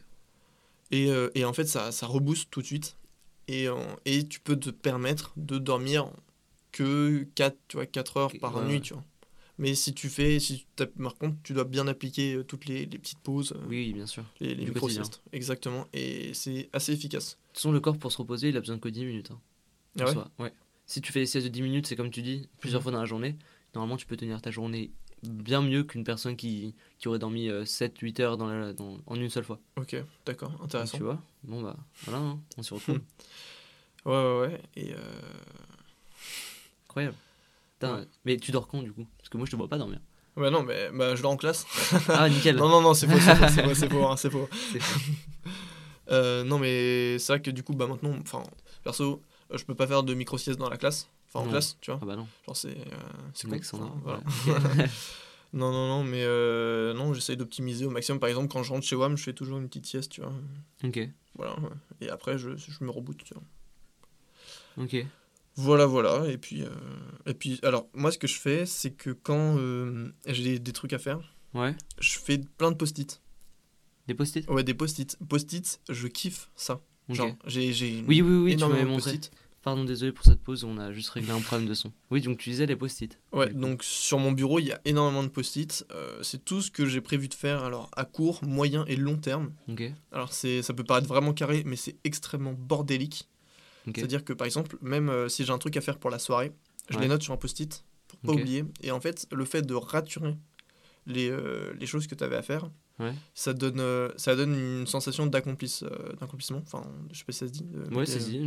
Et en fait, ça rebooste tout de suite. Et tu peux te permettre de dormir que 4 heures par nuit, tu vois. Mais par contre, tu dois bien appliquer toutes les petites pauses. Oui, bien sûr. Les micro-siestes, exactement. Et c'est assez efficace. De toute façon, le corps, pour se reposer, il a besoin que 10 minutes. Hein, ah ouais, ouais. si tu fais des siestes de 10 minutes, c'est comme tu dis, plusieurs fois dans la journée, normalement tu peux tenir ta journée bien mieux qu'une personne qui aurait dormi 7-8 heures en une seule fois. Ok, d'accord, intéressant. Donc, tu vois, bon bah voilà, hein, on s'y retrouve. Ouais, et Incroyable. Ouais. Mais tu dors quand du coup? Parce que moi je te vois pas dormir. Ouais, non, mais je dors en classe. Ah, nickel. Non, c'est faux. C'est faux. Non, mais c'est vrai que du coup, maintenant, perso, je peux pas faire de micro-sieste dans la classe. En classe, tu vois. Ah bah non. Genre, c'est cool. Voilà. Non, mais non, j'essaye d'optimiser au maximum. Par exemple, quand je rentre chez WAM, je fais toujours une petite sieste, tu vois. Ok. Voilà, ouais. Et après, je me reboot, tu vois. Ok. Voilà. Et puis, alors, moi, ce que je fais, c'est que quand j'ai des trucs à faire, je fais plein de post-it. Des post-it? Ouais, des post-it. Post-it, je kiffe ça. Okay. Genre, j'ai oui, tu m'avais montré. Pardon, désolé pour cette pause, on a juste réglé un problème de son. Oui, donc tu disais les post-it. Ouais, donc sur mon bureau, il y a énormément de post-it. C'est tout ce que j'ai prévu de faire alors à court, moyen et long terme. Ok. Alors ça peut paraître vraiment carré, mais c'est extrêmement bordélique. Okay. C'est-à-dire que par exemple, même si j'ai un truc à faire pour la soirée, je les note sur un post-it pour pas oublier. Et en fait, le fait de raturer les choses que tu avais à faire, ça donne une sensation d'accomplissement. Enfin, je sais pas si ça se dit. Ouais, ça se dit.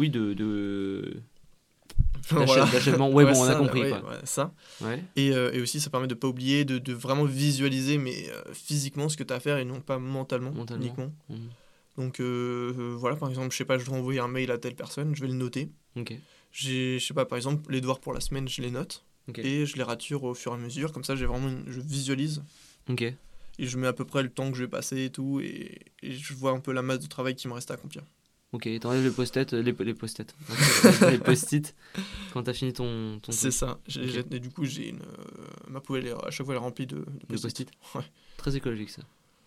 D'achèvement. Ouais, bon, on a compris. Quoi. Ouais, ça. Ouais. Et aussi, ça permet de pas oublier, de vraiment visualiser, mais physiquement, ce que tu as à faire et non pas mentalement. Uniquement. Donc, voilà, par exemple, je sais pas, je dois envoyer un mail à telle personne, je vais le noter. Ok. Je sais pas, par exemple, les devoirs pour la semaine, je les note. Okay. Et je les rature au fur et à mesure. Comme ça, je visualise. Ok. Et je mets à peu près le temps que je vais passer et tout. Et je vois un peu la masse de travail qui me reste à accomplir. Ok, t'enlèves les post-it, les post-it quand t'as fini ton c'est truc. Ça. Et du coup, j'ai ma poubelle, à chaque fois, elle est remplie de post-it. Ouais. Très écologique, ça.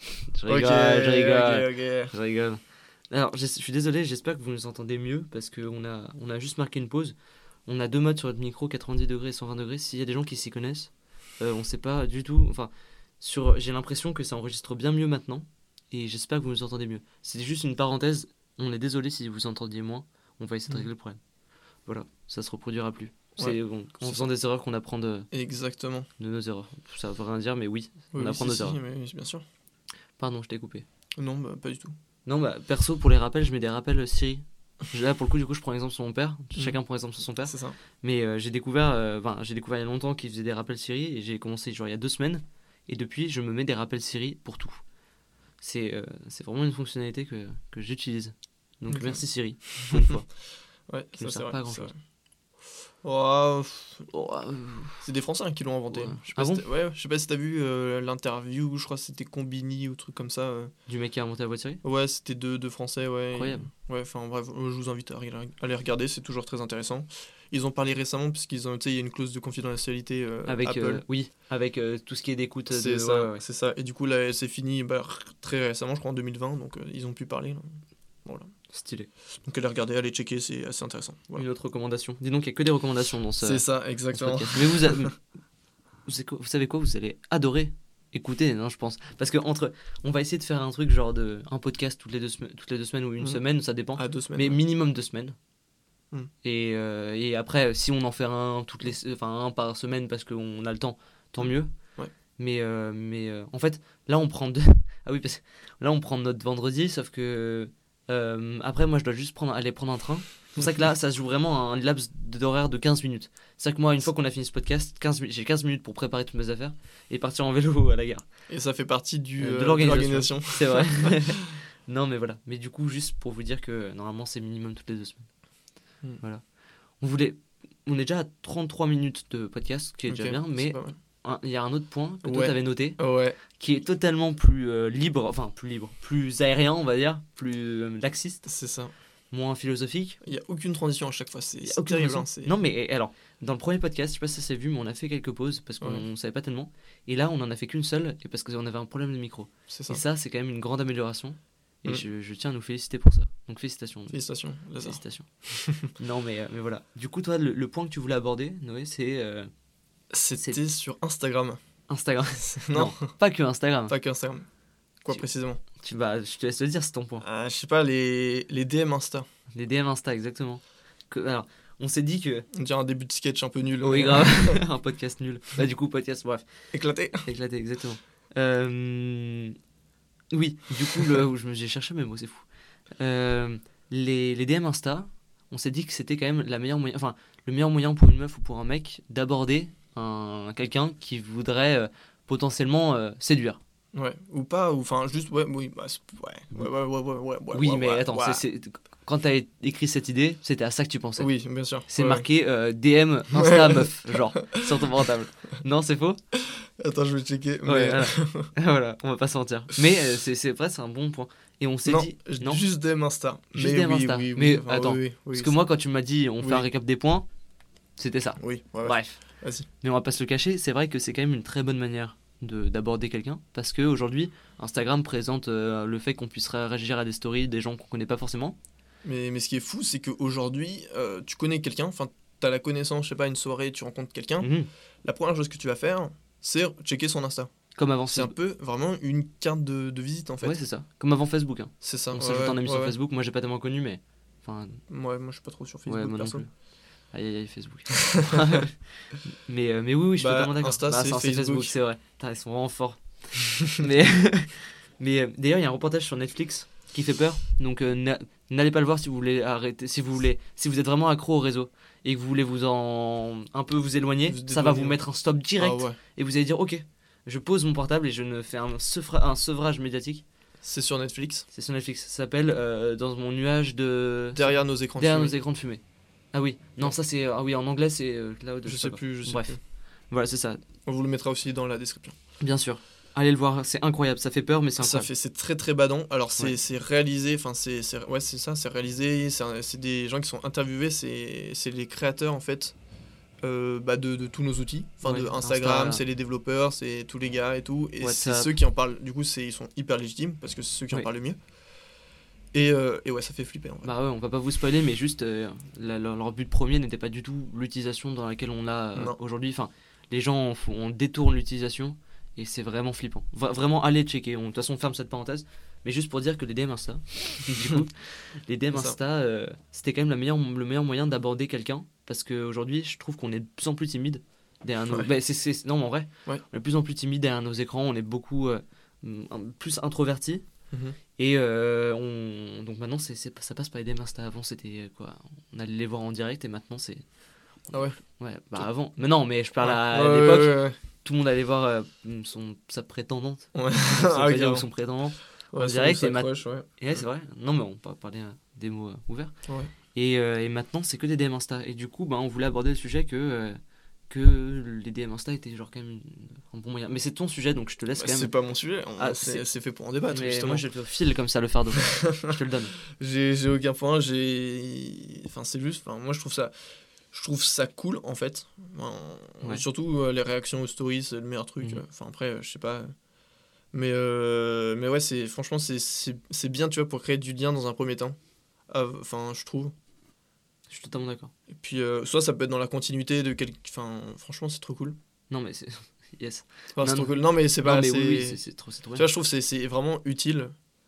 Je rigole. Alors, je suis désolé, j'espère que vous nous entendez mieux parce qu'on a juste marqué une pause. On a 2 modes sur notre micro, 90 degrés et 120 degrés. S'il y a des gens qui s'y connaissent, on sait pas du tout. Enfin, j'ai l'impression que ça enregistre bien mieux maintenant et j'espère que vous nous entendez mieux. C'était juste une parenthèse. On est désolé si vous entendiez moins. On va essayer de régler le problème. Voilà, ça se reproduira plus. C'est en faisant des erreurs qu'on apprend Exactement. De nos erreurs. Ça veut rien dire, mais oui, on apprend nos erreurs. Mais bien sûr. Pardon, je t'ai coupé. Non, pas du tout. Non, perso, pour les rappels, je mets des rappels Siri. Là, pour le coup, du coup, je prends exemple sur mon père. Chacun prend exemple sur son père. C'est ça. Mais j'ai découvert il y a longtemps qu'il faisait des rappels Siri et j'ai commencé il y a 2 semaines. Et depuis, je me mets des rappels Siri pour tout. C'est vraiment une fonctionnalité que j'utilise. Donc merci Siri, pour une fois. Ouais, ça sert pas à grand chose. C'est des Français qui l'ont inventé. Ouais. Je sais pas si t'as vu l'interview, je crois que c'était Combini ou truc comme ça. Du mec qui a inventé la voix de Siri ? Ouais, c'était deux Français, ouais. Incroyable. Ouais, enfin bref, je vous invite à aller regarder, c'est toujours très intéressant. Ils ont parlé récemment puisqu'ils ont, il y a une clause de confidentialité avec Apple. avec tout ce qui est d'écoute. C'est ça, c'est ça. Et du coup là, c'est fini très récemment, je crois en 2020, donc ils ont pu parler. Là. Voilà. Stylé. Donc allez regarder, allez checker, c'est assez intéressant. Voilà. Une autre recommandation. Dis donc, il n'y a que des recommandations dans ce. C'est ça, exactement. Mais vous savez quoi, vous allez adorer écouter, non, je pense. Parce que on va essayer de faire un truc genre un podcast toutes les 2 semaines ou une semaine, ça dépend. 2 semaines. Mais minimum 2 semaines. Et après, si on en fait un par semaine parce qu'on a le temps, tant mieux. Ouais. Mais en fait, là on prend parce que là on prend notre vendredi, sauf que après moi je dois juste aller prendre un train. C'est pour ça que là ça se joue vraiment un laps d'horaire de 15 minutes. C'est ça que moi, une fois qu'on a fini ce podcast, j'ai 15 minutes pour préparer toutes mes affaires et partir en vélo à la gare. Et ça fait partie de l'organisation. C'est vrai. Non mais voilà. Mais du coup, juste pour vous dire que normalement c'est minimum toutes les 2 semaines. Voilà. On est déjà à 33 minutes de podcast, qui est déjà bien, mais il y a un autre point que toi t'avais noté, qui est totalement plus plus aérien, on va dire, plus laxiste. C'est ça. Moins philosophique. Il n'y a aucune transition à chaque fois, c'est terrible. Non mais alors, dans le premier podcast, je sais pas si ça s'est vu, mais on a fait quelques pauses parce qu'on savait pas tellement. Et là, on en a fait qu'une seule, et parce qu'on avait un problème de micro. C'est ça. Et ça, c'est quand même une grande amélioration. Et je tiens à nous féliciter pour ça. Donc félicitations. Félicitations. Non mais voilà. Du coup, toi, le point que tu voulais aborder, Noé, c'était sur Instagram. Instagram. Non, pas que Instagram. Pas que Instagram. Quoi précisément? Je te laisse le dire, c'est ton point. Je sais pas, les DM Insta. Les DM Insta, exactement. Alors, on s'est dit que... On dirait un début de sketch un peu nul. Oui, grave. Un podcast nul. Bah, du coup, podcast, bref. Éclaté, exactement. Oui, du coup, j'ai cherché mes mots, c'est fou. Les DM Insta, on s'est dit que c'était quand même le meilleur moyen pour une meuf ou pour un mec d'aborder quelqu'un qui voudrait potentiellement séduire. Ouais, ou pas, ou enfin juste, ouais. Oui, mais attends, quand t'as écrit cette idée, c'était à ça que tu pensais. Oui, bien sûr. C'est marqué DM Insta meuf, genre, sur ton portable. Non, c'est faux ? Attends, je vais checker. Ouais, voilà, on va pas se mentir. Mais c'est vrai, c'est un bon point. Et on s'est dit... Non, juste DM Insta. Juste DM Insta. Mais attends, parce que moi, quand tu m'as dit on fait un récap des points, c'était ça. Oui, bref. Vas-y. Mais on va pas se le cacher, c'est vrai que c'est quand même une très bonne manière d'aborder quelqu'un, parce qu'aujourd'hui, Instagram présente le fait qu'on puisse réagir à des stories des gens qu'on connaît pas forcément. Mais ce qui est fou, c'est qu'aujourd'hui, tu connais quelqu'un, enfin, t'as la connaissance, je sais pas, une soirée, tu rencontres quelqu'un, la première chose que tu vas faire, c'est checker son Insta. Comme avant. C'est un peu vraiment une carte de visite en fait. Ouais, c'est ça. Comme avant Facebook. Hein. C'est ça. On s'ajoute un ami sur Facebook. Moi, j'ai pas tellement connu, mais. Ouais, moi, je suis pas trop sur Facebook. Ouais, moi perso. non plus. Aïe, Facebook. mais oui, je suis totalement d'accord. Insta, c'est Facebook. C'est vrai. Ils sont vraiment forts. mais d'ailleurs, il y a un reportage sur Netflix qui fait peur. Donc, n'allez pas le voir si vous voulez arrêter. Si vous êtes vraiment accro au réseau et que vous voulez un peu vous éloigner, ça va vous mettre un stop direct. Et vous allez dire, ok. Je pose mon portable et je ne fais un sevrage médiatique. C'est sur Netflix. Ça s'appelle Dans mon nuage de... Derrière nos écrans de fumée. Ah oui, non, ça c'est... Ah oui, en anglais c'est Cloud. Je sais plus. Bref, voilà, c'est ça. On vous le mettra aussi dans la description. Bien sûr. Allez le voir, c'est incroyable, ça fait peur, mais c'est incroyable. C'est très très badant. Alors c'est réalisé, enfin c'est réalisé, c'est des gens qui sont interviewés, c'est les créateurs en fait. De tous nos outils, de Instagram, c'est les développeurs, c'est tous les gars et tout, et c'est ceux qui en parlent, du coup ils sont hyper légitimes parce que c'est ceux qui en parlent le mieux, et ouais, ça fait flipper en vrai. Bah ouais, on va pas vous spoiler, mais juste leur but premier n'était pas du tout l'utilisation dans laquelle on l'a aujourd'hui, enfin les gens on détourne l'utilisation et c'est vraiment flippant, vraiment allez checker, de toute façon on ferme cette parenthèse. Mais juste pour dire que les DM Insta, du coup, les DM Insta, c'était quand même le meilleur moyen d'aborder quelqu'un. Parce qu'aujourd'hui, je trouve qu'on est de plus en plus timide derrière nos... Non, mais en vrai, on est de plus en plus timide derrière nos écrans. On est beaucoup plus introvertis. Et donc maintenant, ça passe par les DM Insta. Avant, c'était quoi ? On allait les voir en direct et maintenant, c'est... Ah ouais ? Ouais, avant. Mais non, mais je parle à l'époque. Tout le monde allait voir sa prétendante. Ouais. Son prétendant. En direct et et c'est vrai. Non mais on peut parler des mots ouverts. Ouais. Et maintenant c'est que des DM Insta et du coup on voulait aborder le sujet que les DM Insta étaient genre quand même un bon moyen. Mais c'est ton sujet donc je te laisse quand même. C'est pas mon sujet. C'est fait pour en débattre. Mais justement. moi je te file comme ça le fardeau. Je te le donne. J'ai aucun point. C'est juste. Moi je trouve ça cool en fait. Surtout les réactions aux stories c'est le meilleur truc. Après je sais pas. Mais ouais, franchement, c'est bien, tu vois, pour créer du lien dans un premier temps. Je trouve. Je suis totalement d'accord. Et puis, soit ça peut être dans la continuité de franchement, c'est trop cool. Non, mais c'est... Yes. C'est trop cool. Non, mais c'est pas... c'est trop tu vois, je trouve que c'est vraiment utile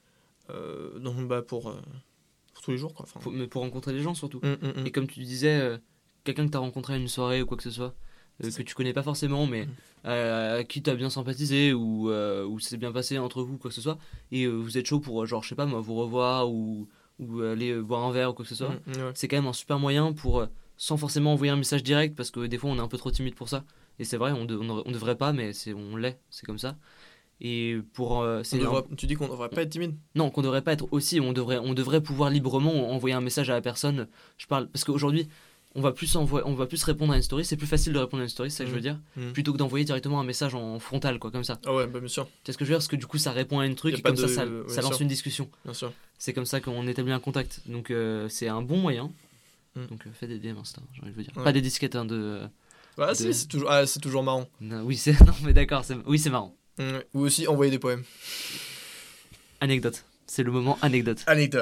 pour tous les jours, quoi. Mais pour rencontrer les gens, surtout. Et comme tu disais, quelqu'un que tu as rencontré à une soirée ou quoi que ce soit, que tu connais pas forcément mais à qui t'as bien sympathisé ou c'est bien passé entre vous quoi que ce soit et vous êtes chaud pour genre je sais pas moi vous revoir ou aller boire un verre ou quoi que ce soit, c'est quand même un super moyen pour sans forcément envoyer un message direct parce que des fois on est un peu trop timide pour ça et c'est vrai on devrait pas mais on l'est, c'est comme ça. Et pour tu dis qu'on devrait pas être timide? Non, qu'on devrait pas être aussi, on devrait pouvoir librement envoyer un message à la personne. Je parle parce qu'aujourd'hui on va plus répondre à une story, c'est plus facile de répondre à une story, c'est ça que je veux dire, plutôt que d'envoyer directement un message en frontal quoi comme ça. Ah ouais, bien sûr. Tu sais ce que je veux dire, parce que du coup ça répond à un truc et comme ça lance une discussion. Bien sûr. C'est comme ça qu'on établit un contact. Donc c'est un bon moyen. Donc faites des DM Insta, j'ai envie de vous dire. Pas des disquettes si, c'est toujours marrant. Non, oui, non mais d'accord, c'est marrant. Ou aussi envoyer des poèmes. Anecdote. C'est le moment anecdote.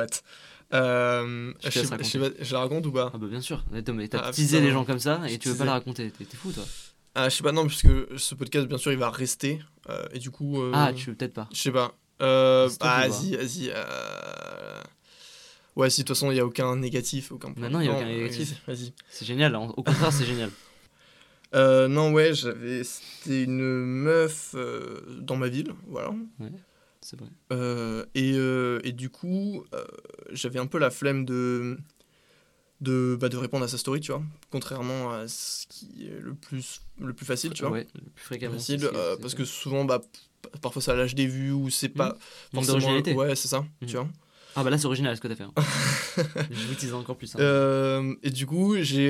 Je la raconte ou pas? Ah bah bien sûr, mais t'as teasé les gens comme ça et tu veux pas la raconter, t'es fou toi. Je sais pas, non, parce que ce podcast bien sûr il va rester et du coup... tu veux peut-être pas. Je sais pas. Vas-y. Ouais, si de toute façon il n'y a aucun négatif, aucun point. Non, il n'y a aucun négatif. Vas-y. C'est génial, au contraire, c'est génial. Non, ouais, c'était une meuf dans ma ville, voilà. Ouais, c'est vrai. Et du coup, j'avais un peu la flemme de répondre à sa story, tu vois. Contrairement à ce qui est le plus facile, tu vois. Ouais, le plus fréquemment. Facile, parce que souvent, parfois ça lâche des vues ou c'est pas forcément... d'originalité. Ouais, c'est ça, tu vois. Ah bah là, c'est original ce que t'as fait. Hein. Je l'utilise encore plus. Hein. Et du coup, j'ai...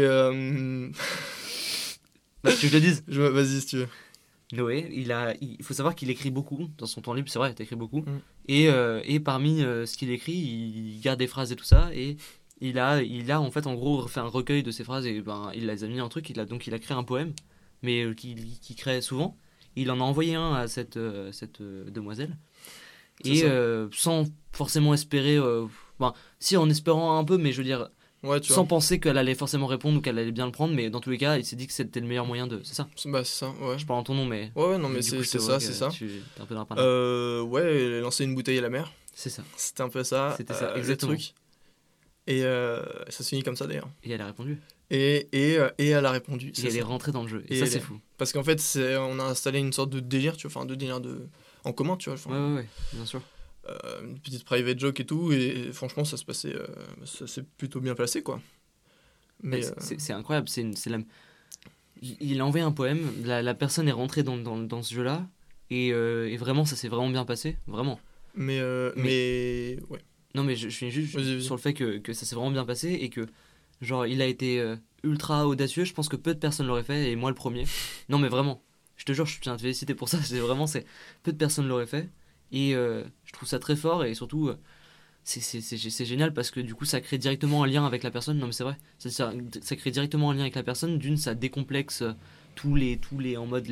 Bah, tu veux que je le dise Vas-y, si tu veux. Noé, il faut savoir qu'il écrit beaucoup dans son temps libre, c'est vrai, t'écris beaucoup. Et parmi ce qu'il écrit, il garde des phrases et tout ça, et il a en fait en gros fait un recueil de ces phrases et il les a mis en truc. Il a créé un poème, mais qu'il crée souvent. Il en a envoyé un à cette demoiselle, et sans forcément espérer, si en espérant un peu, mais je veux dire. Ouais, sans penser qu'elle allait forcément répondre ou qu'elle allait bien le prendre, mais dans tous les cas, il s'est dit que c'était le meilleur moyen de. C'est ça. Bah, c'est ça, ouais. Je parle en ton nom, mais. Ouais, non, mais c'est ça. Tu es un peu dans la panne. Ouais, elle a lancé une bouteille à la mer. C'est ça. C'était un peu ça. C'était ça, exactement. Le truc. Et ça se finit comme ça d'ailleurs. Et elle a répondu. Et elle a répondu. Et elle est rentrée dans le jeu. Et ça, c'est fou. Parce qu'en fait, on a installé une sorte de délire, tu vois, enfin, de délire en commun, tu vois. Ouais, bien sûr. Une petite private joke et tout, et franchement, ça s'est plutôt bien passé, quoi. Mais c'est incroyable. Il a envoyé un poème, la personne est rentrée dans ce jeu-là, et vraiment, ça s'est vraiment bien passé, vraiment. Mais ouais. Non, mais je suis juste sur le fait que ça s'est vraiment bien passé et que, genre, il a été ultra audacieux. Je pense que peu de personnes l'auraient fait, et moi le premier. Non, mais vraiment, je te jure, je tiens à te féliciter pour ça. Peu de personnes l'auraient fait, et je trouve ça très fort, et surtout, c'est génial parce que du coup, ça crée directement un lien avec la personne. Non, mais c'est vrai, ça crée directement un lien avec la personne. D'une, ça décomplexe tous les en mode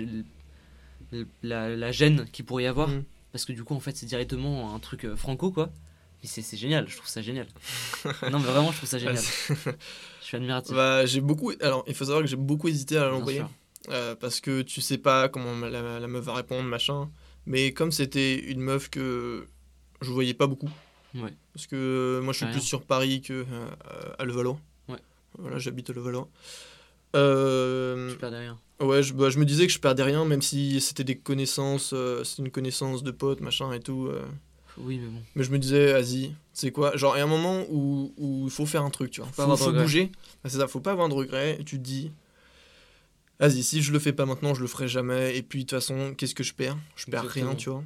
la gêne qu'il pourrait y avoir. Parce que du coup, en fait, c'est directement un truc franco, quoi. Et c'est génial, je trouve ça génial. Non, mais vraiment, je trouve ça génial. Je suis admiratif. Alors, il faut savoir que j'ai beaucoup hésité à l'envoyer. Parce que tu sais pas comment la meuf va répondre, machin. Mais comme c'était une meuf que je voyais pas beaucoup. Ouais. Parce que moi, je suis plus sur Paris que à Levallois. Ouais. Voilà, j'habite à Levallois. Tu perdais rien. Ouais, je me disais que je perdais rien, même si c'était des connaissances, c'est une connaissance de potes, machin et tout. Oui, mais bon. Mais je me disais, vas-y, c'est quoi ? Genre, il y a un moment où il faut faire un truc, tu vois. Faut bouger. C'est ça, faut pas avoir de regret. Et tu te dis, vas-y, si je le fais pas maintenant, je le ferai jamais. Et puis, de toute façon, qu'est-ce que je perds ? Je perds rien, tu vois.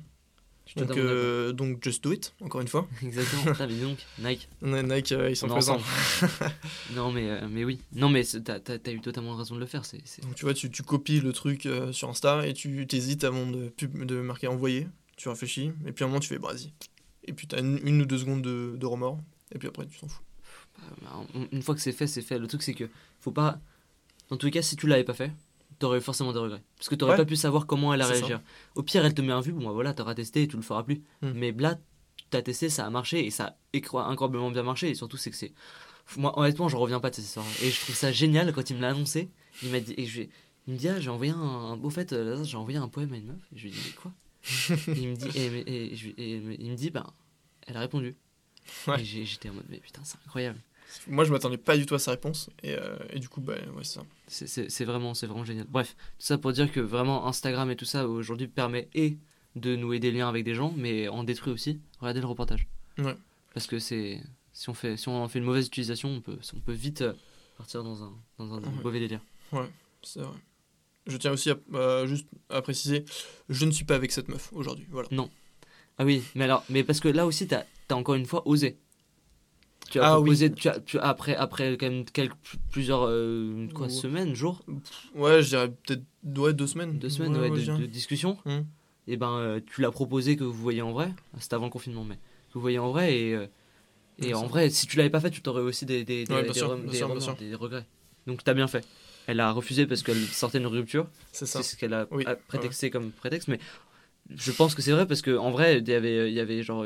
Donc, just do it, encore une fois. Exactement. Putain, mais donc, Nike. Nike, ils sont présents. Non, mais oui. Non, mais t'as eu totalement raison de le faire. Donc, tu vois, tu copies le truc sur Insta et tu t'hésites avant de marquer envoyer. Tu réfléchis, et puis à un moment, tu fais, vas-y. Et puis, t'as une ou 2 secondes de remords, et puis après, tu t'en fous. Une fois que c'est fait. Le truc, c'est que faut pas. Dans tous les cas, si tu l'avais pas fait, t'aurais eu forcément des regrets. Parce que t'aurais pas pu savoir comment elle a réagi. Au pire, elle te met un vu, bon, voilà, t'auras testé et tu le feras plus. Mais là, t'as testé, ça a marché, et ça a incroyablement bien marché. Et surtout, c'est que c'est. Moi, honnêtement, j'en reviens pas de cette histoire. Et je trouve ça génial quand il me l'a annoncé. Il m'a dit. Il me dit, j'ai envoyé au fait, j'ai envoyé un poème à une meuf. Et je lui dis, mais quoi ? Et il me dit, il me dit, elle a répondu. Ouais. Et j'étais en mode, mais putain, c'est incroyable. Moi, je m'attendais pas du tout à sa réponse, et du coup, ouais, c'est ça. C'est vraiment génial. Bref, tout ça pour dire que vraiment Instagram et tout ça aujourd'hui permet de nouer des liens avec des gens, mais en détruit aussi. Regardez le reportage. Ouais. Parce que si on en fait une mauvaise utilisation, on peut vite partir dans un mauvais délire. Ouais, c'est vrai. Je tiens aussi juste à préciser, je ne suis pas avec cette meuf aujourd'hui, voilà. Non. Ah oui, mais parce que là aussi, t'as encore une fois osé. Tu as proposé, oui. Après quand même plusieurs semaines, jours. Ouais, je dirais peut-être 2 semaines. 2 semaines de discussion. Et tu l'as proposé que vous voyez en vrai. C'était avant le confinement, mais que vous voyez en vrai, et en vrai, si tu l'avais pas fait, tu t'aurais aussi des regrets. Donc t'as bien fait. Elle a refusé parce qu'elle sortait d'une rupture. C'est ce qu'elle a prétexté comme prétexte, mais je pense que c'est vrai parce que en vrai, il y avait genre.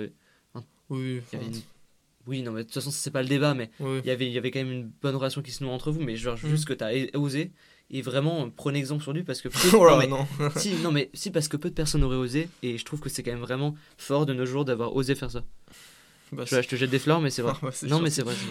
Oui, non, mais de toute façon, c'est pas le débat, mais il y avait quand même une bonne relation qui se noue entre vous, mais genre juste que t'as osé, et vraiment prenez exemple sur lui parce que si, parce que peu de personnes auraient osé, et je trouve que c'est quand même vraiment fort de nos jours d'avoir osé faire ça. Bah, je te jette des fleurs, mais c'est vrai. Ouais, c'est non, sûr. mais c'est vrai.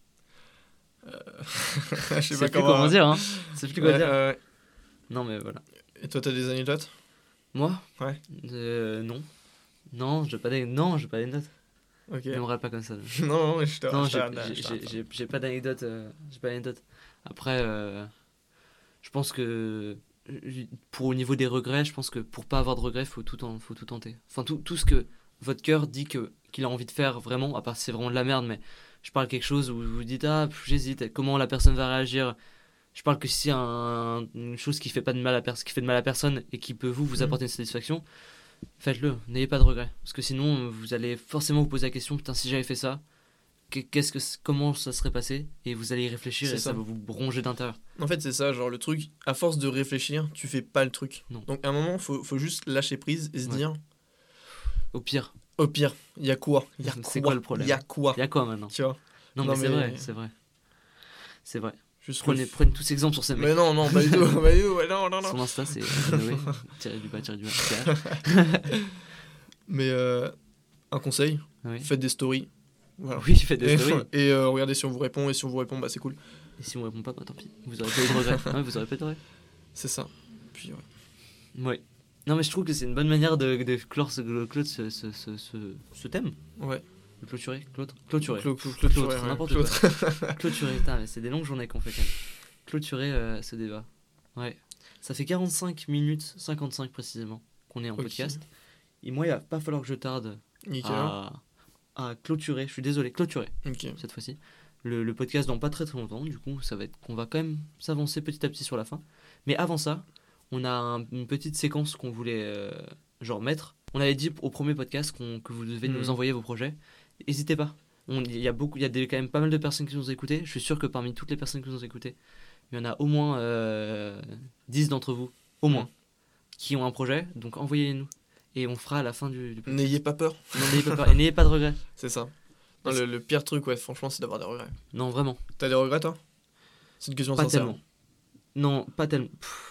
Je sais pas plus comment dire, hein. C'est plus quoi Ouais, dire. Non, mais voilà. Et toi, t'as des anecdotes? Moi? Ouais. Non. Non, j'ai pas d'anecdote. Ok. Je me râle pas comme ça. Non, mais je te Non, je j'ai pas d'anecdote. J'ai pas d'anecdote. Après, je pense que au niveau des regrets, je pense que pour pas avoir de regrets, faut tout tenter. Enfin, tout ce que votre cœur dit qu'il a envie de faire vraiment, à part si c'est vraiment de la merde, mais je parle quelque chose où vous dites j'hésite, comment la personne va réagir. Je parle que si une chose qui fait pas de mal qui fait de mal à personne et qui peut vous apporter une satisfaction, faites-le, n'ayez pas de regrets. Parce que sinon, vous allez forcément vous poser la question, putain, si j'avais fait ça, comment ça serait passé? Et vous allez y réfléchir et ça va vous ronger d'intérieur. En fait, c'est ça, genre le truc, à force de réfléchir, tu fais pas le truc. Non. Donc à un moment, faut juste lâcher prise et se dire, au pire, il y a quoi? C'est quoi le problème? Il y a quoi maintenant? Tu vois? Non, mais c'est vrai. Juste Prenez tous ces exemples sur ces mecs. Mais non, pas du tout. Non. Son Insta, c'est tirer du bas. Mais un conseil, Oui. faites des stories. Voilà. Oui, faites des stories. Et regardez si on vous répond. Et si on vous répond, bah c'est cool. Et si on répond pas, bah tant pis. Vous aurez pas eu de regrets. Ouais, vous aurez pas eu de regrets. C'est ça. Puis Ouais. Non, mais je trouve que c'est une bonne manière de clore ce thème. Ouais. De clôturer. Clôturer, N'importe quoi. Clôturer. Putain, mais c'est des longues journées qu'on fait quand même. Clôturer ce débat. Ouais. Ça fait 45 minutes 55 précisément qu'on est en podcast. Et moi, il va pas falloir que je tarde à clôturer. Je suis désolé, clôturer cette fois-ci. Le podcast dans pas très longtemps. Du coup, ça va être qu'on va quand même s'avancer petit à petit sur la fin. Mais avant ça, on a une petite séquence qu'on voulait mettre. On avait dit au premier podcast que vous devez nous envoyer vos projets. N'hésitez pas. Il y a quand même pas mal de personnes qui nous ont écoutés. Je suis sûr que parmi toutes les personnes qui nous ont écoutés, il y en a au moins 10 d'entre vous, au moins, qui ont un projet. Donc envoyez-les-nous. Et on fera à la fin du podcast. N'ayez pas peur. Non, n'ayez pas peur. Et n'ayez pas de regrets. C'est ça. Non, le pire truc, franchement, c'est d'avoir des regrets. Non, vraiment. T'as des regrets, toi? C'est une question pas sincère. Tellement. Non, pas tellement.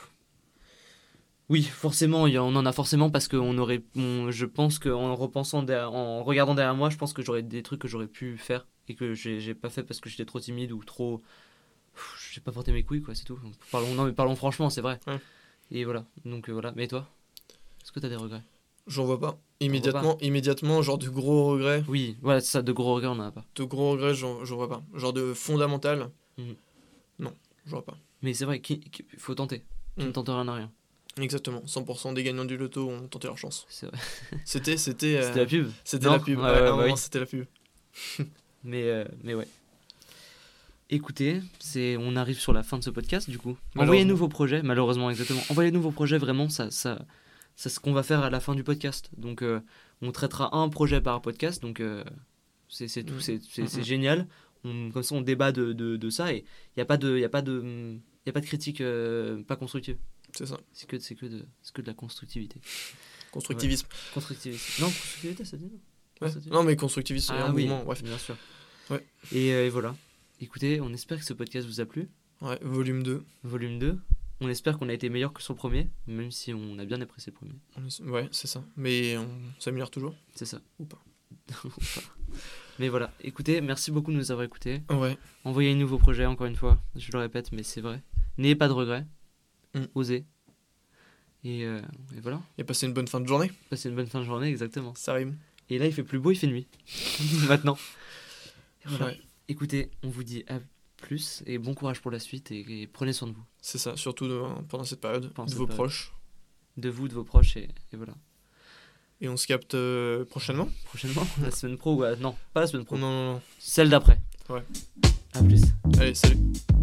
Oui, forcément, on en a forcément parce que je pense qu'en en regardant derrière moi, je pense que j'aurais des trucs que j'aurais pu faire et que j'ai pas fait parce que j'étais trop timide ou trop... J'ai pas porté mes couilles, quoi, c'est tout. Parlons franchement, c'est vrai. Ouais. Et voilà, donc voilà. Mais toi, est-ce que t'as des regrets? J'en vois pas. Immédiatement, genre de gros regrets. Oui, voilà, c'est ça, de gros regrets, on en a pas. De gros regrets, j'en vois pas. Genre de fondamental, non, j'en vois pas. Mais c'est vrai qu'il faut tenter. Qui ne tente rien à rien. Exactement, 100% des gagnants du loto ont tenté leur chance. C'est vrai. C'était la pub. C'était la pub. À un moment, c'était la pub. Mais ouais. Écoutez, on arrive sur la fin de ce podcast du coup. Envoyez-nous vos projets, malheureusement, exactement. Envoyez-nous vos projets, vraiment, c'est ce qu'on va faire à la fin du podcast. Donc on traitera un projet par podcast, donc c'est tout, c'est génial. Comme ça on débat de ça et il y a pas de critique pas constructive. C'est ça. C'est que de la constructivité. Constructivisme. Ouais. Constructivisme. Non, constructivité, ça dit non. Ouais. Non, mais constructivisme, c'est un mouvement, bref. Bien sûr. Ouais. Et voilà. Écoutez, on espère que ce podcast vous a plu. Ouais, volume 2. Volume 2. On espère qu'on a été meilleur que sur le premier, même si on a bien apprécié le premier. Ouais, c'est ça. Mais on s'améliore toujours. C'est ça. Ou pas. Mais voilà. Écoutez, merci beaucoup de nous avoir écoutés. Ouais. Envoyez-nous vos projets, encore une fois. Je le répète, mais c'est vrai. N'ayez pas de regrets. Osez. Et voilà. Et passez une bonne fin de journée. Passez une bonne fin de journée, exactement. Ça rime. Et là, il fait plus beau, il fait nuit. Maintenant. Voilà. Ouais. Écoutez, on vous dit à plus et bon courage pour la suite et prenez soin de vous. C'est ça, surtout pendant cette période, de vos proches. De vous, de vos proches et voilà. Et on se capte prochainement. Prochainement la semaine pro, non, pas la semaine pro. Non. Celle d'après. Ouais. À plus. Allez, salut.